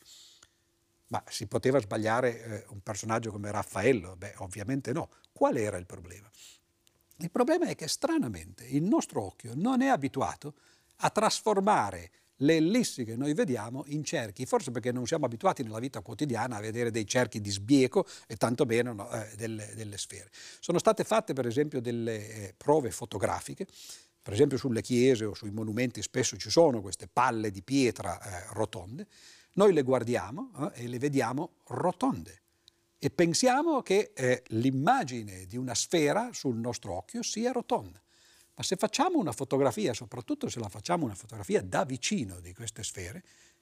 Ma si poteva sbagliare un personaggio come Raffaello? Beh, ovviamente no. Qual era il problema? Il problema è che stranamente il nostro occhio non è abituato a trasformare le ellissi che noi vediamo in cerchi, forse perché non siamo abituati nella vita quotidiana a vedere dei cerchi di sbieco e tanto meno delle sfere. Sono state fatte per esempio delle prove fotografiche, per esempio sulle chiese o sui monumenti spesso ci sono queste palle di pietra rotonde, noi le guardiamo e le vediamo rotonde e pensiamo che l'immagine di una sfera sul nostro occhio sia rotonda. Ma se facciamo una fotografia, soprattutto se la facciamo una fotografia da vicino di queste sfere,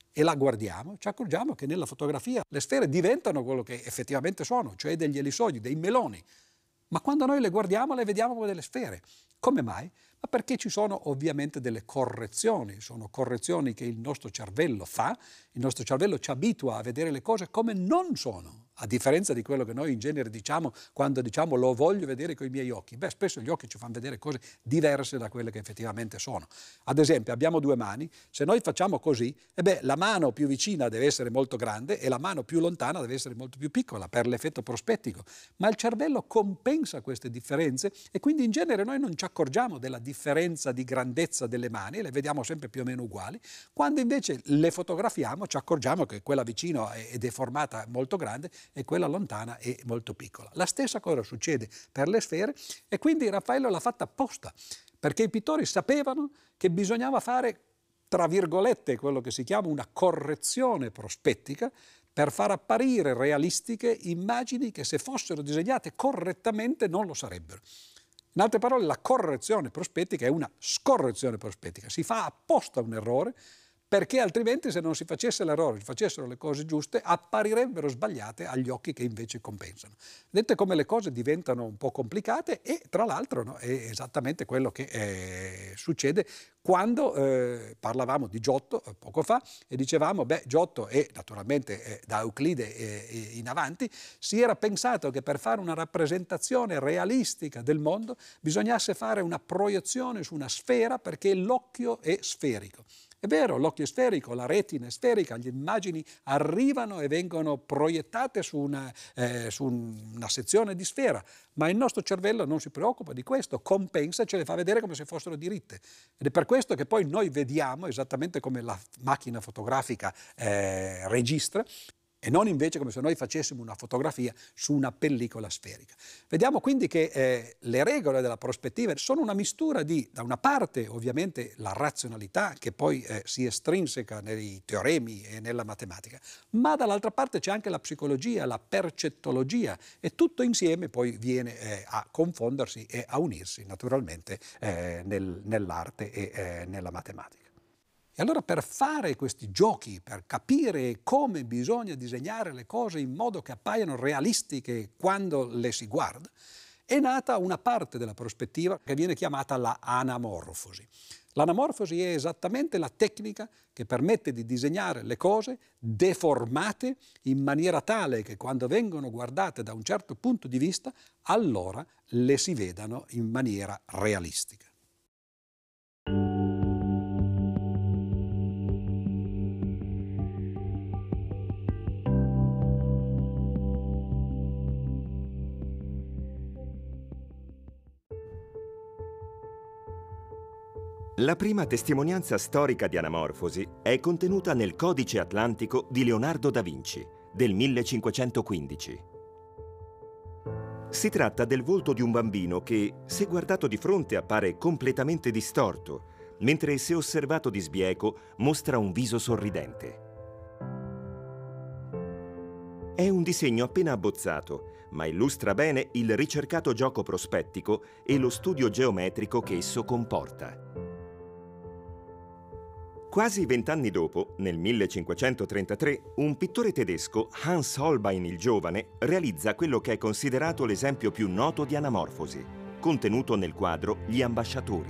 e la guardiamo, ci accorgiamo che nella fotografia le sfere diventano quello che effettivamente sono, cioè degli ellissoidi, dei meloni. Ma quando noi le guardiamo le vediamo come delle sfere. Come mai? Ma perché ci sono ovviamente delle correzioni, sono correzioni che il nostro cervello fa, il nostro cervello ci abitua a vedere le cose come non sono, a differenza di quello che noi in genere diciamo quando diciamo lo voglio vedere con i miei occhi. Beh, spesso gli occhi ci fanno vedere cose diverse da quelle che effettivamente sono. Ad esempio, abbiamo due mani, se noi facciamo così, la mano più vicina deve essere molto grande e la mano più lontana deve essere molto più piccola per l'effetto prospettico. Ma il cervello compensa queste differenze e quindi in genere noi non ci accorgiamo della differenza di grandezza delle mani, le vediamo sempre più o meno uguali. Quando invece le fotografiamo ci accorgiamo che quella vicino è deformata molto grande e quella lontana è molto piccola. La stessa cosa succede per le sfere e quindi Raffaello l'ha fatta apposta, perché i pittori sapevano che bisognava fare, tra virgolette, quello che si chiama una correzione prospettica per far apparire realistiche immagini che se fossero disegnate correttamente non lo sarebbero. In altre parole, la correzione prospettica è una scorrezione prospettica, si fa apposta un errore perché altrimenti se non si facesse l'errore, si facessero le cose giuste, apparirebbero sbagliate agli occhi che invece compensano. Vedete come le cose diventano un po' complicate e tra l'altro no, è esattamente quello che succede quando parlavamo di Giotto poco fa e dicevamo, Giotto e naturalmente da Euclide in avanti si era pensato che per fare una rappresentazione realistica del mondo bisognasse fare una proiezione su una sfera perché l'occhio è sferico. È vero, l'occhio è sferico, la retina è sferica, le immagini arrivano e vengono proiettate su una sezione di sfera, ma il nostro cervello non si preoccupa di questo, compensa e ce le fa vedere come se fossero diritte. Ed è per questo che poi noi vediamo, esattamente come la macchina fotografica registra, e non invece come se noi facessimo una fotografia su una pellicola sferica. Vediamo quindi che le regole della prospettiva sono una mistura di, da una parte ovviamente la razionalità che poi si estrinseca nei teoremi e nella matematica, ma dall'altra parte c'è anche la psicologia, la percettologia e tutto insieme poi viene a confondersi e a unirsi naturalmente nell'arte e nella matematica. E allora per fare questi giochi, per capire come bisogna disegnare le cose in modo che appaiano realistiche quando le si guarda, è nata una parte della prospettiva che viene chiamata la anamorfosi. L'anamorfosi è esattamente la tecnica che permette di disegnare le cose deformate in maniera tale che quando vengono guardate da un certo punto di vista, allora le si vedano in maniera realistica. La prima testimonianza storica di anamorfosi è contenuta nel Codice Atlantico di Leonardo da Vinci, del 1515. Si tratta del volto di un bambino che, se guardato di fronte, appare completamente distorto, mentre se osservato di sbieco mostra un viso sorridente. È un disegno appena abbozzato, ma illustra bene il ricercato gioco prospettico e lo studio geometrico che esso comporta. Quasi 20 anni dopo, nel 1533, un pittore tedesco, Hans Holbein il Giovane, realizza quello che è considerato l'esempio più noto di anamorfosi, contenuto nel quadro Gli ambasciatori.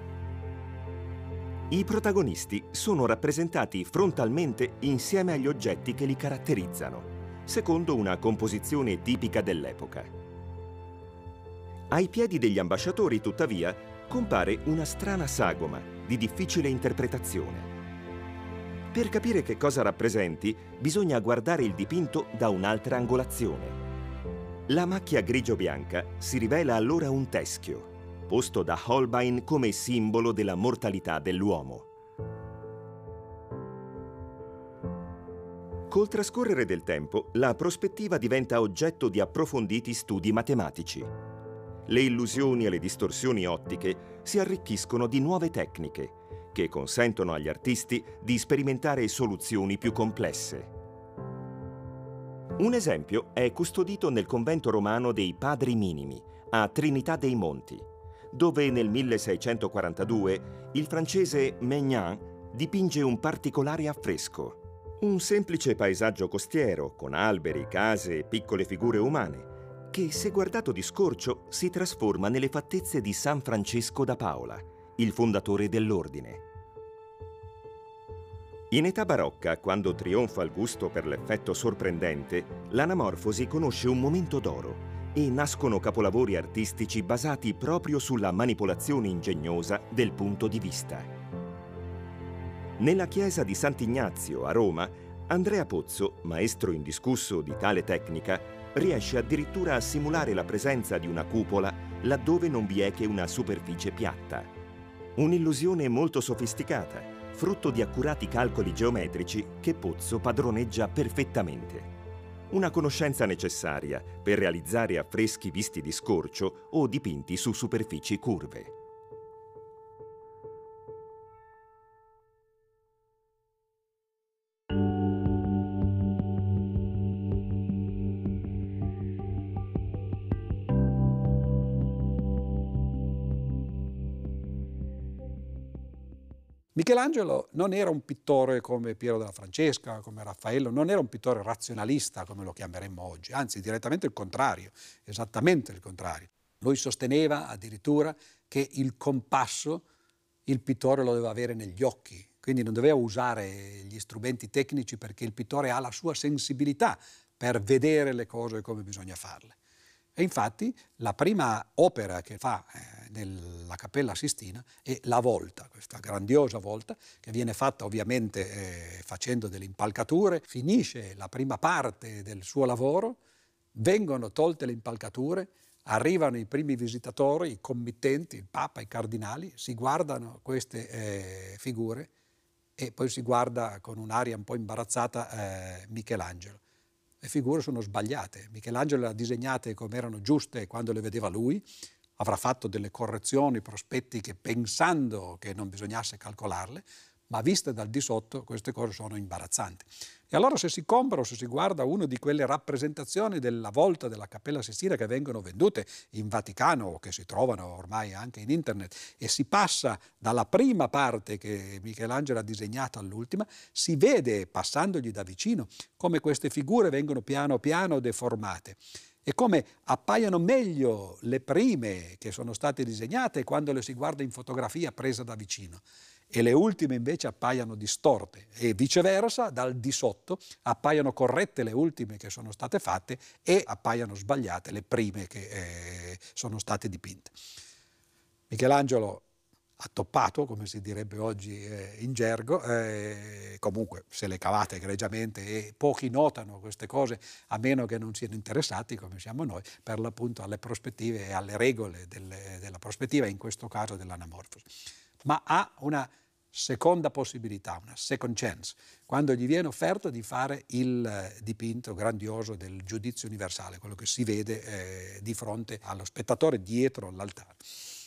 I protagonisti sono rappresentati frontalmente insieme agli oggetti che li caratterizzano, secondo una composizione tipica dell'epoca. Ai piedi degli ambasciatori, tuttavia, compare una strana sagoma di difficile interpretazione. Per capire che cosa rappresenti, bisogna guardare il dipinto da un'altra angolazione. La macchia grigio-bianca si rivela allora un teschio, posto da Holbein come simbolo della mortalità dell'uomo. Col trascorrere del tempo, la prospettiva diventa oggetto di approfonditi studi matematici. Le illusioni e le distorsioni ottiche si arricchiscono di nuove tecniche che consentono agli artisti di sperimentare soluzioni più complesse. Un esempio è custodito nel convento romano dei Padri Minimi, a Trinità dei Monti, dove nel 1642 il francese Maignan dipinge un particolare affresco. Un semplice paesaggio costiero, con alberi, case e piccole figure umane, che se guardato di scorcio si trasforma nelle fattezze di San Francesco da Paola, il fondatore dell'ordine. In età barocca, quando trionfa il gusto per l'effetto sorprendente, l'anamorfosi conosce un momento d'oro e nascono capolavori artistici basati proprio sulla manipolazione ingegnosa del punto di vista. Nella chiesa di Sant'Ignazio a Roma, Andrea Pozzo, maestro indiscusso di tale tecnica, riesce addirittura a simulare la presenza di una cupola laddove non vi è che una superficie piatta. Un'illusione molto sofisticata, frutto di accurati calcoli geometrici che Pozzo padroneggia perfettamente. Una conoscenza necessaria per realizzare affreschi visti di scorcio o dipinti su superfici curve. Michelangelo non era un pittore come Piero della Francesca, come Raffaello, non era un pittore razionalista come lo chiameremmo oggi, anzi direttamente il contrario, esattamente il contrario. Lui sosteneva addirittura che il compasso il pittore lo doveva avere negli occhi, quindi non doveva usare gli strumenti tecnici perché il pittore ha la sua sensibilità per vedere le cose come bisogna farle. E infatti la prima opera che fa nella Cappella Sistina è la volta, questa grandiosa volta che viene fatta ovviamente facendo delle impalcature. Finisce la prima parte del suo lavoro, vengono tolte le impalcature, arrivano i primi visitatori, i committenti, il Papa, i cardinali, si guardano queste figure e poi si guarda con un'aria un po' imbarazzata Michelangelo. Le figure sono sbagliate. Michelangelo le ha disegnate come erano giuste quando le vedeva lui, avrà fatto delle correzioni prospettiche pensando che non bisognasse calcolarle, ma viste dal di sotto queste cose sono imbarazzanti. E allora se si compra o se si guarda una di quelle rappresentazioni della volta della Cappella Sistina che vengono vendute in Vaticano o che si trovano ormai anche in internet e si passa dalla prima parte che Michelangelo ha disegnato all'ultima, si vede, passandogli da vicino, come queste figure vengono piano piano deformate e come appaiono meglio le prime che sono state disegnate quando le si guarda in fotografia presa da vicino e le ultime invece appaiono distorte e viceversa dal di sotto appaiono corrette le ultime che sono state fatte e appaiono sbagliate le prime che sono state dipinte. Michelangelo ha toppato, come si direbbe oggi in gergo, comunque se le cavate egregiamente e pochi notano queste cose a meno che non siano interessati come siamo noi per l'appunto alle prospettive e alle regole della prospettiva, in questo caso dell'anamorfosi. Ma ha una seconda possibilità, una second chance, quando gli viene offerto di fare il dipinto grandioso del giudizio universale, quello che si vede di fronte allo spettatore dietro l'altare.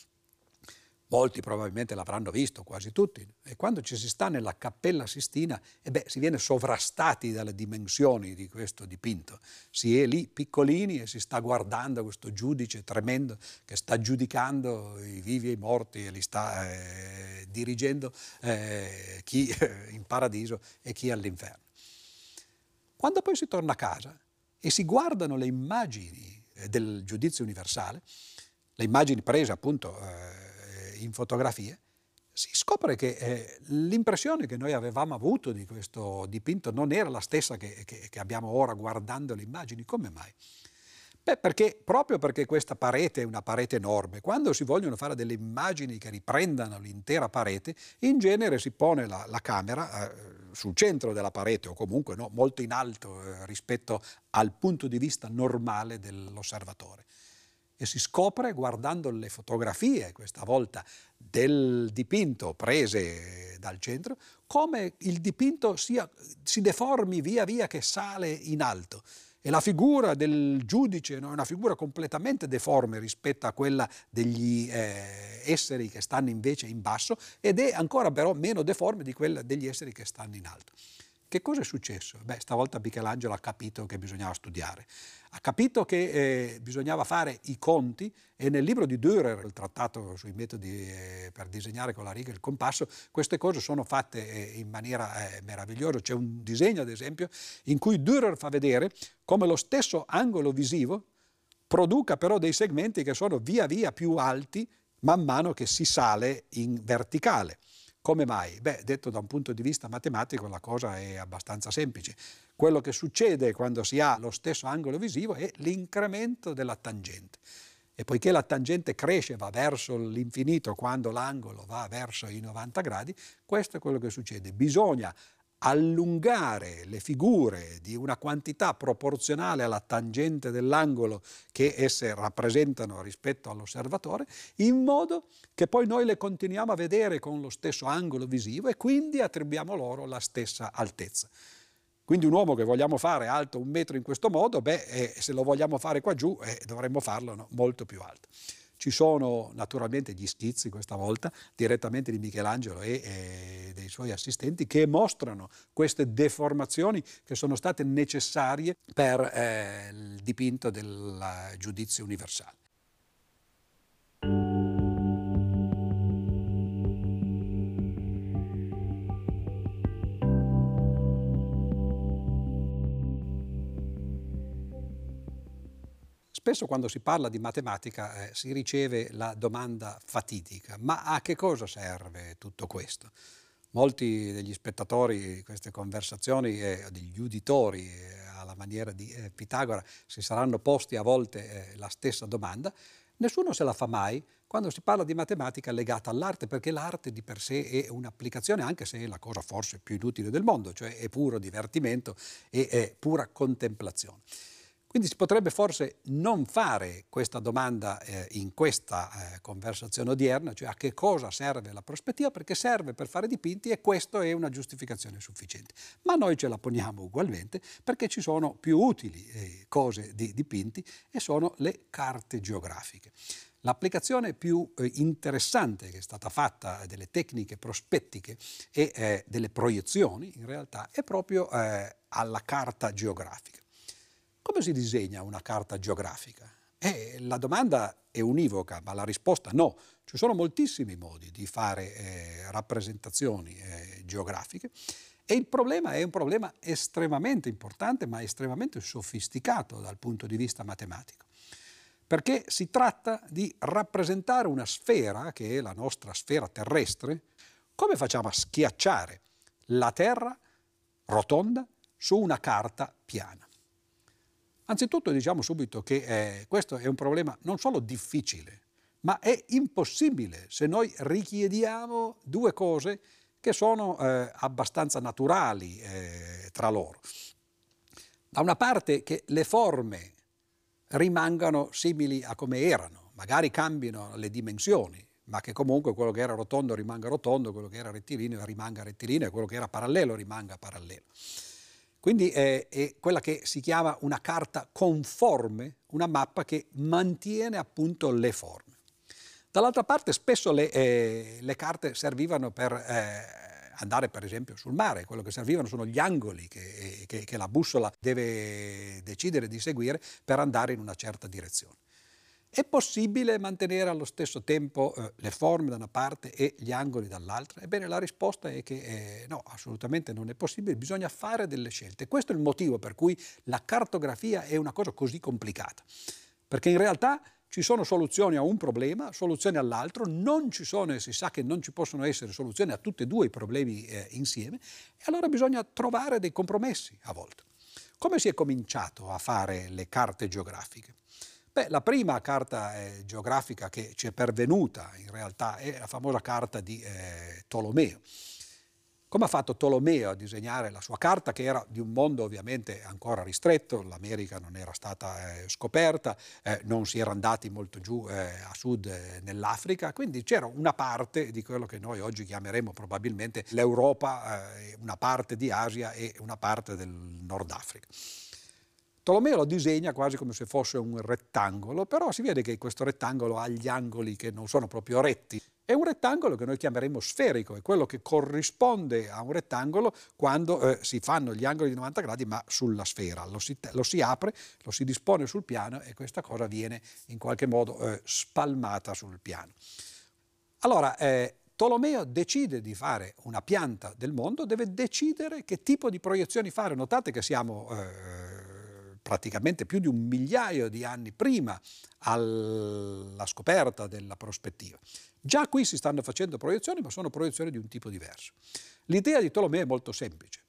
Molti probabilmente l'avranno visto, quasi tutti, e quando ci si sta nella Cappella Sistina, si viene sovrastati dalle dimensioni di questo dipinto. Si è lì piccolini e si sta guardando questo giudice tremendo che sta giudicando i vivi e i morti e li sta dirigendo chi in paradiso e chi all'inferno. Quando poi si torna a casa e si guardano le immagini del giudizio universale, le immagini prese appunto in fotografie, si scopre che l'impressione che noi avevamo avuto di questo dipinto non era la stessa che abbiamo ora guardando le immagini. Come mai? Proprio perché questa parete è una parete enorme, quando si vogliono fare delle immagini che riprendano l'intera parete, in genere si pone la camera sul centro della parete o comunque molto in alto rispetto al punto di vista normale dell'osservatore. E si scopre, guardando le fotografie, questa volta del dipinto prese dal centro, come il dipinto si deformi via via che sale in alto. E la figura del giudice è una figura completamente deforme rispetto a quella degli esseri che stanno invece in basso ed è ancora però meno deforme di quella degli esseri che stanno in alto. Che cosa è successo? Beh, stavolta Michelangelo ha capito che bisognava studiare, ha capito che bisognava fare i conti, e nel libro di Dürer, il trattato sui metodi per disegnare con la riga e il compasso, queste cose sono fatte in maniera meravigliosa. C'è un disegno, ad esempio, in cui Dürer fa vedere come lo stesso angolo visivo produca però dei segmenti che sono via via più alti man mano che si sale in verticale. Come mai? Beh, detto da un punto di vista matematico la cosa è abbastanza semplice. Quello che succede quando si ha lo stesso angolo visivo è l'incremento della tangente. E poiché la tangente cresce, va verso l'infinito quando l'angolo va verso i 90 gradi, questo è quello che succede. Bisogna allungare le figure di una quantità proporzionale alla tangente dell'angolo che esse rappresentano rispetto all'osservatore, in modo che poi noi le continuiamo a vedere con lo stesso angolo visivo e quindi attribuiamo loro la stessa altezza. Quindi un uomo che vogliamo fare alto 1 metro in questo modo, se lo vogliamo fare qua giù, dovremmo farlo molto più alto. Ci sono naturalmente gli schizzi questa volta direttamente di Michelangelo e dei suoi assistenti che mostrano queste deformazioni che sono state necessarie per il dipinto del giudizio universale. Spesso quando si parla di matematica si riceve la domanda fatidica: ma a che cosa serve tutto questo? Molti degli spettatori di queste conversazioni degli uditori alla maniera di Pitagora si saranno posti a volte la stessa domanda. Nessuno se la fa mai quando si parla di matematica legata all'arte, perché l'arte di per sé è un'applicazione, anche se è la cosa forse più inutile del mondo, cioè è puro divertimento e è pura contemplazione. Quindi si potrebbe forse non fare questa domanda in questa conversazione odierna, cioè a che cosa serve la prospettiva, perché serve per fare dipinti e questo è una giustificazione sufficiente. Ma noi ce la poniamo ugualmente perché ci sono più utili cose di dipinti e sono le carte geografiche. L'applicazione più interessante che è stata fatta delle tecniche prospettiche e delle proiezioni in realtà è proprio alla carta geografica. Come si disegna una carta geografica? La domanda è univoca, ma la risposta no. Ci sono moltissimi modi di fare rappresentazioni geografiche e il problema è un problema estremamente importante, ma estremamente sofisticato dal punto di vista matematico. Perché si tratta di rappresentare una sfera, che è la nostra sfera terrestre. Come facciamo a schiacciare la Terra rotonda su una carta piana? Anzitutto diciamo subito che questo è un problema non solo difficile, ma è impossibile se noi richiediamo due cose che sono abbastanza naturali tra loro. Da una parte che le forme rimangano simili a come erano, magari cambino le dimensioni, ma che comunque quello che era rotondo rimanga rotondo, quello che era rettilineo rimanga rettilineo e quello che era parallelo rimanga parallelo. Quindi è quella che si chiama una carta conforme, una mappa che mantiene appunto le forme. Dall'altra parte spesso le carte servivano per andare per esempio sul mare, quello che servivano sono gli angoli che la bussola deve decidere di seguire per andare in una certa direzione. È possibile mantenere allo stesso tempo le forme da una parte e gli angoli dall'altra? Ebbene, la risposta è che no, assolutamente non è possibile, bisogna fare delle scelte. Questo è il motivo per cui la cartografia è una cosa così complicata, perché in realtà ci sono soluzioni a un problema, soluzioni all'altro, non ci sono e si sa che non ci possono essere soluzioni a tutti e due i problemi insieme, e allora bisogna trovare dei compromessi a volte. Come si è cominciato a fare le carte geografiche? Beh, la prima carta geografica che ci è pervenuta in realtà è la famosa carta di Tolomeo. Come ha fatto Tolomeo a disegnare la sua carta, che era di un mondo ovviamente ancora ristretto, l'America non era stata scoperta, non si era andati molto giù a sud nell'Africa, quindi c'era una parte di quello che noi oggi chiameremo probabilmente l'Europa, una parte di Asia e una parte del Nord Africa. Tolomeo lo disegna quasi come se fosse un rettangolo, però si vede che questo rettangolo ha gli angoli che non sono proprio retti. e un rettangolo che noi chiameremo sferico, è quello che corrisponde a un rettangolo quando si fanno gli angoli di 90 gradi ma sulla sfera. Lo si apre, lo si dispone sul piano e questa cosa viene in qualche modo spalmata sul piano. Allora, Tolomeo decide di fare una pianta del mondo, deve decidere che tipo di proiezioni fare. Notate che siamo praticamente più di 1 migliaio di anni prima alla scoperta della prospettiva. Già qui si stanno facendo proiezioni, ma sono proiezioni di un tipo diverso. L'idea di Tolomeo è molto semplice,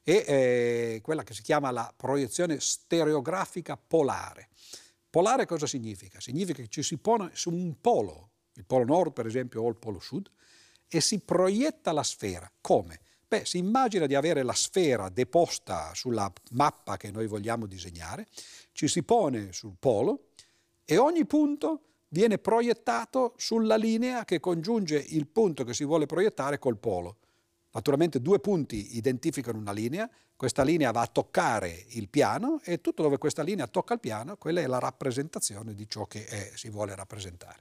è quella che si chiama la proiezione stereografica polare. Polare cosa significa? Significa che ci si pone su un polo, il polo nord per esempio o il polo sud, e si proietta la sfera. Come? Beh, si immagina di avere la sfera deposta sulla mappa che noi vogliamo disegnare, ci si pone sul polo e ogni punto viene proiettato sulla linea che congiunge il punto che si vuole proiettare col polo. Naturalmente 2 punti identificano una linea, questa linea va a toccare il piano e tutto dove questa linea tocca il piano, quella è la rappresentazione di ciò che si vuole rappresentare.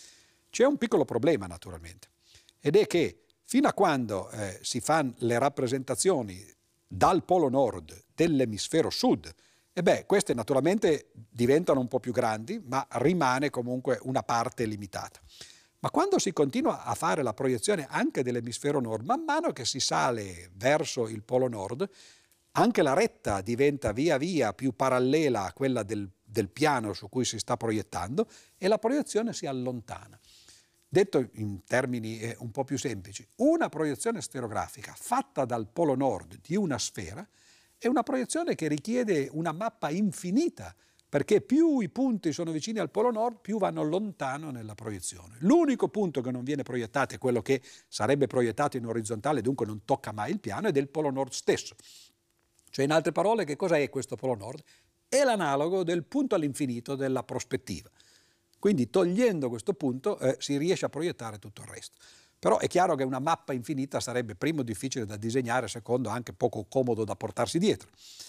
C'è un piccolo problema naturalmente, ed è che fino a quando si fanno le rappresentazioni dal polo nord dell'emisfero sud, queste naturalmente diventano un po' più grandi, ma rimane comunque una parte limitata. Ma quando si continua a fare la proiezione anche dell'emisfero nord, man mano che si sale verso il polo nord, anche la retta diventa via via più parallela a quella del piano su cui si sta proiettando e la proiezione si allontana. Detto in termini un po' più semplici, una proiezione stereografica fatta dal polo nord di una sfera è una proiezione che richiede una mappa infinita, perché più i punti sono vicini al polo nord, più vanno lontano nella proiezione. L'unico punto che non viene proiettato è quello che sarebbe proiettato in orizzontale, dunque non tocca mai il piano, è del polo nord stesso. Cioè, in altre parole, che cosa è questo polo nord? È l'analogo del punto all'infinito della prospettiva. Quindi togliendo questo punto si riesce a proiettare tutto il resto. Però è chiaro che una mappa infinita sarebbe primo difficile da disegnare, secondo anche poco comodo da portarsi dietro.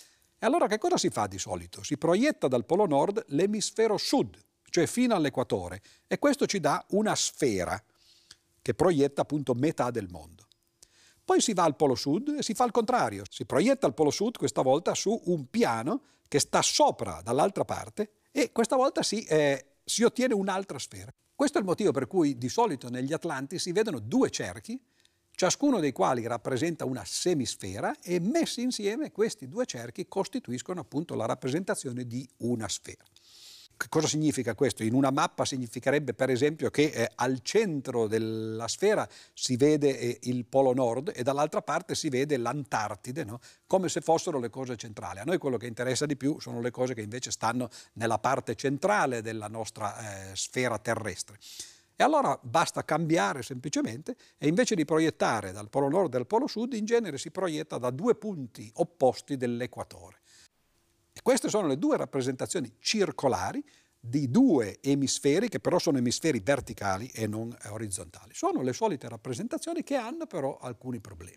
E allora che cosa si fa di solito? Si proietta dal polo nord l'emisfero sud, cioè fino all'equatore, e questo ci dà una sfera che proietta appunto metà del mondo. Poi si va al polo sud e si fa il contrario, si proietta il polo sud questa volta su un piano che sta sopra dall'altra parte e questa volta si ottiene un'altra sfera. Questo è il motivo per cui di solito negli Atlanti si vedono 2 cerchi, ciascuno dei quali rappresenta una semisfera e messi insieme questi 2 cerchi costituiscono appunto la rappresentazione di una sfera. Che cosa significa questo? In una mappa significherebbe per esempio che al centro della sfera si vede il polo nord e dall'altra parte si vede l'Antartide, no? Come se fossero le cose centrali. A noi quello che interessa di più sono le cose che invece stanno nella parte centrale della nostra sfera terrestre. E allora basta cambiare semplicemente e invece di proiettare dal polo nord e dal polo sud, in genere si proietta da 2 punti opposti dell'equatore. E queste sono le 2 rappresentazioni circolari di 2 emisferi, che però sono emisferi verticali e non orizzontali. Sono le solite rappresentazioni che hanno però alcuni problemi.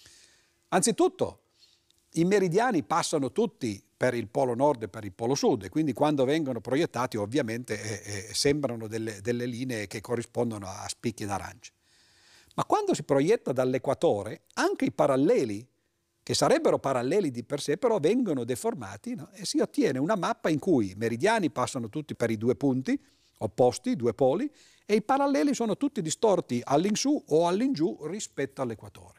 Anzitutto, i meridiani passano tutti per il polo nord e per il polo sud e quindi quando vengono proiettati ovviamente sembrano delle linee che corrispondono a spicchi d'arancia. Ma quando si proietta dall'equatore, anche i paralleli, che sarebbero paralleli di per sé, però vengono deformati, no? E si ottiene una mappa in cui i meridiani passano tutti per i 2 punti opposti, i 2 poli, e i paralleli sono tutti distorti all'insù o all'ingiù rispetto all'equatore.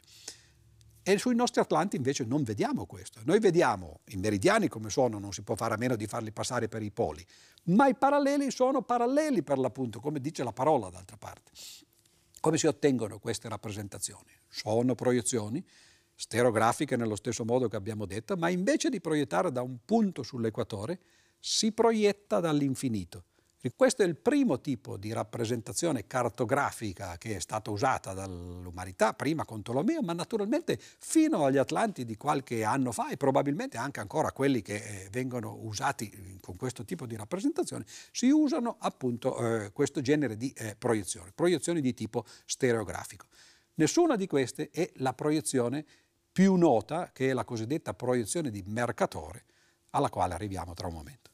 E sui nostri Atlanti invece non vediamo questo. Noi vediamo i meridiani come sono, non si può fare a meno di farli passare per i poli, ma i paralleli sono paralleli per l'appunto, come dice la parola d'altra parte. Come si ottengono queste rappresentazioni? Sono proiezioni stereografiche nello stesso modo che abbiamo detto, ma invece di proiettare da un punto sull'equatore, si proietta dall'infinito. E questo è il primo tipo di rappresentazione cartografica che è stata usata dall'umanità, prima con Tolomeo, ma naturalmente fino agli Atlanti di qualche anno fa e probabilmente anche ancora quelli che vengono usati con questo tipo di rappresentazione, si usano appunto questo genere di proiezioni di tipo stereografico. Nessuna di queste è la proiezione più nota, che è la cosiddetta proiezione di Mercatore, alla quale arriviamo tra un momento.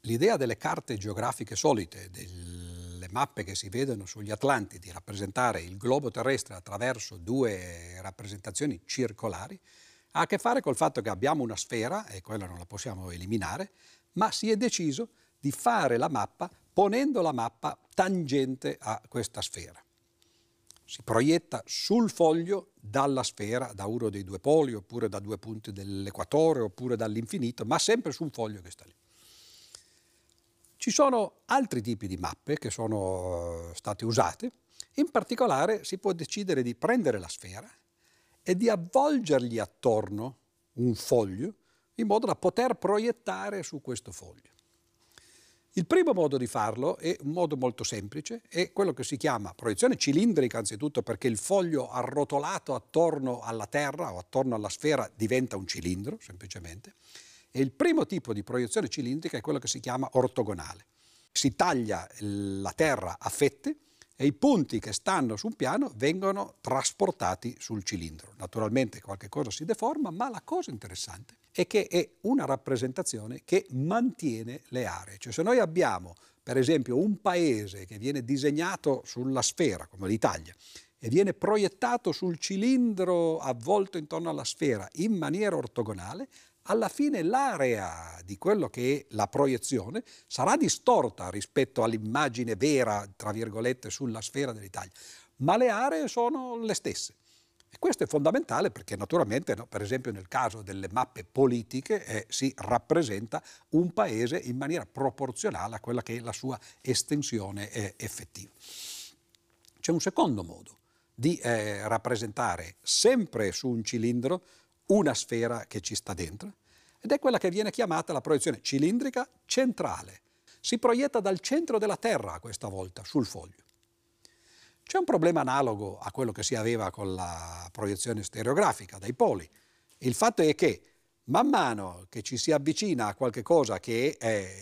L'idea delle carte geografiche solite, delle mappe che si vedono sugli Atlanti, di rappresentare il globo terrestre attraverso due rappresentazioni circolari, ha a che fare col fatto che abbiamo una sfera, e quella non la possiamo eliminare, ma si è deciso di fare la mappa ponendo la mappa tangente a questa sfera. Si proietta sul foglio dalla sfera, da uno dei due poli, oppure da due punti dell'equatore, oppure dall'infinito, ma sempre sul foglio che sta lì. Ci sono altri tipi di mappe che sono state usate. In particolare si può decidere di prendere la sfera e di avvolgergli attorno un foglio in modo da poter proiettare su questo foglio. Il primo modo di farlo è un modo molto semplice, è quello che si chiama proiezione cilindrica, anzitutto perché il foglio arrotolato attorno alla Terra o attorno alla sfera diventa un cilindro, semplicemente. E il primo tipo di proiezione cilindrica è quello che si chiama ortogonale. Si taglia la Terra a fette e i punti che stanno su un piano vengono trasportati sul cilindro. Naturalmente qualche cosa si deforma, ma la cosa interessante è che è una rappresentazione che mantiene le aree. Cioè se noi abbiamo, per esempio, un paese che viene disegnato sulla sfera, come l'Italia, e viene proiettato sul cilindro avvolto intorno alla sfera in maniera ortogonale, alla fine l'area di quello che è la proiezione sarà distorta rispetto all'immagine vera, tra virgolette, sulla sfera dell'Italia, ma le aree sono le stesse. E questo è fondamentale perché naturalmente, no, per esempio nel caso delle mappe politiche, si rappresenta un paese in maniera proporzionale a quella che è la sua estensione effettiva. C'è un secondo modo di rappresentare sempre su un cilindro una sfera che ci sta dentro, ed è quella che viene chiamata la proiezione cilindrica centrale. Si proietta dal centro della Terra questa volta sul foglio. C'è un problema analogo a quello che si aveva con la proiezione stereografica dai poli. Il fatto è che man mano che ci si avvicina a qualche cosa che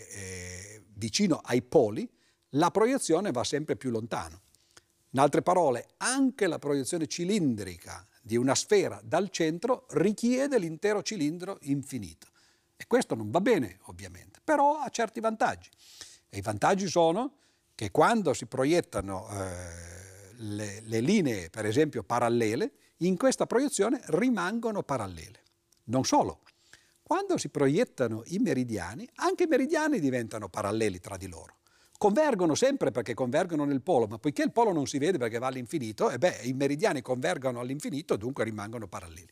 è vicino ai poli, la proiezione va sempre più lontano. In altre parole, anche la proiezione cilindrica di una sfera dal centro richiede l'intero cilindro infinito. E questo non va bene, ovviamente, però ha certi vantaggi. E i vantaggi sono che quando si proiettano le linee, per esempio, parallele, in questa proiezione rimangono parallele. Non solo, quando si proiettano i meridiani, anche i meridiani diventano paralleli tra di loro. Convergono sempre perché convergono nel polo, ma poiché il polo non si vede perché va all'infinito, i meridiani convergono all'infinito, dunque rimangono paralleli.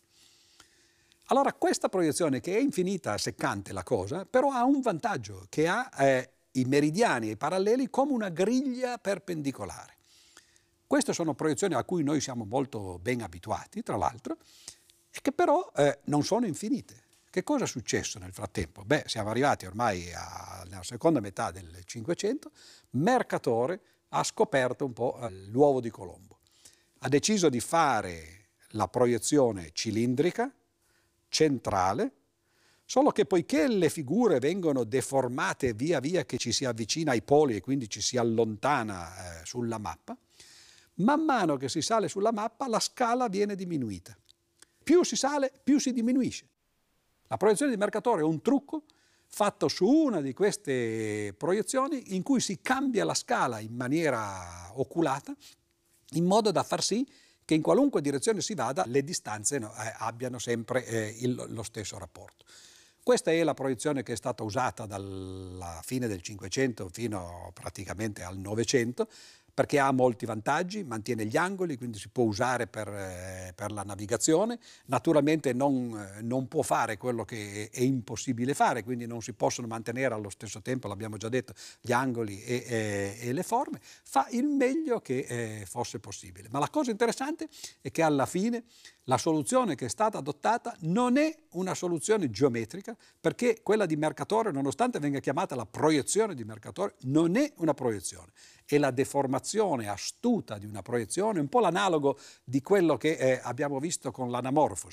Allora questa proiezione, che è infinita, seccante la cosa, però ha un vantaggio, che ha i meridiani e i paralleli come una griglia perpendicolare. Queste sono proiezioni a cui noi siamo molto ben abituati, tra l'altro, e che però non sono infinite. Che cosa è successo nel frattempo? Siamo arrivati ormai nella seconda metà del Cinquecento. Mercatore ha scoperto un po' l'uovo di Colombo. Ha deciso di fare la proiezione cilindrica, centrale, solo che poiché le figure vengono deformate via via che ci si avvicina ai poli e quindi ci si allontana sulla mappa, man mano che si sale sulla mappa la scala viene diminuita. Più si sale, più si diminuisce. La proiezione di Mercatore è un trucco fatto su una di queste proiezioni in cui si cambia la scala in maniera oculata in modo da far sì che in qualunque direzione si vada le distanze abbiano sempre lo stesso rapporto. Questa è la proiezione che è stata usata dalla fine del Cinquecento fino praticamente al Novecento, perché ha molti vantaggi, mantiene gli angoli, quindi si può usare per la navigazione. Naturalmente non può fare quello che è impossibile fare, quindi non si possono mantenere allo stesso tempo, l'abbiamo già detto, gli angoli e le forme. Fa il meglio che fosse possibile. Ma la cosa interessante è che alla fine la soluzione che è stata adottata non è una soluzione geometrica, perché quella di Mercatore, nonostante venga chiamata la proiezione di Mercatore, non è una proiezione. È la deformazione astuta di una proiezione, un po' l'analogo di quello che abbiamo visto con l'anamorfosi.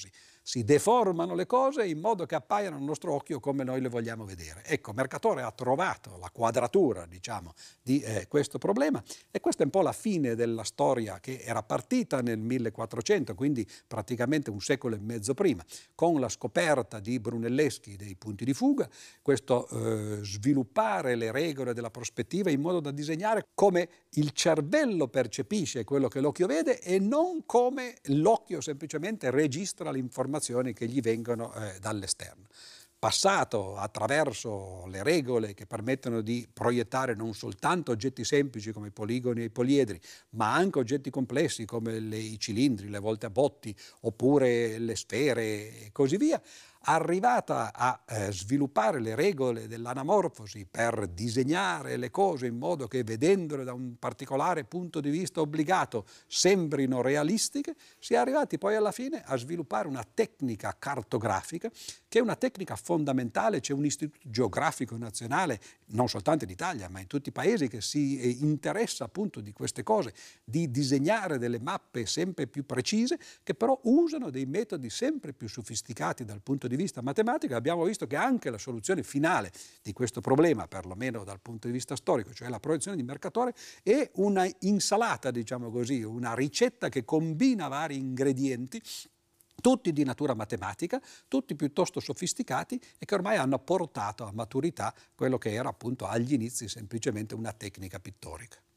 si deformano le cose in modo che appaiano al nostro occhio come noi le vogliamo vedere. Ecco, Mercatore ha trovato la quadratura, diciamo, di questo problema, e questa è un po' la fine della storia che era partita nel 1400, quindi praticamente un secolo e mezzo prima, con la scoperta di Brunelleschi dei punti di fuga, questo sviluppare le regole della prospettiva in modo da disegnare come il cervello percepisce quello che l'occhio vede e non come l'occhio semplicemente registra le informazioni che gli vengono dall'esterno. Passato attraverso le regole che permettono di proiettare non soltanto oggetti semplici come i poligoni e i poliedri, ma anche oggetti complessi come i cilindri, le volte a botti, oppure le sfere e così via, arrivata a sviluppare le regole dell'anamorfosi per disegnare le cose in modo che, vedendole da un particolare punto di vista obbligato, sembrino realistiche, si è arrivati poi alla fine a sviluppare una tecnica cartografica che è una tecnica fondamentale. C'è un istituto geografico nazionale, non soltanto in Italia, ma in tutti i paesi, che si interessa appunto di queste cose, di disegnare delle mappe sempre più precise, che però usano dei metodi sempre più sofisticati dal punto di vista matematico. Abbiamo visto che anche la soluzione finale di questo problema, perlomeno dal punto di vista storico, cioè la proiezione di Mercatore, è una insalata, diciamo così, una ricetta che combina vari ingredienti, tutti di natura matematica, tutti piuttosto sofisticati, e che ormai hanno portato a maturità quello che era appunto agli inizi semplicemente una tecnica pittorica.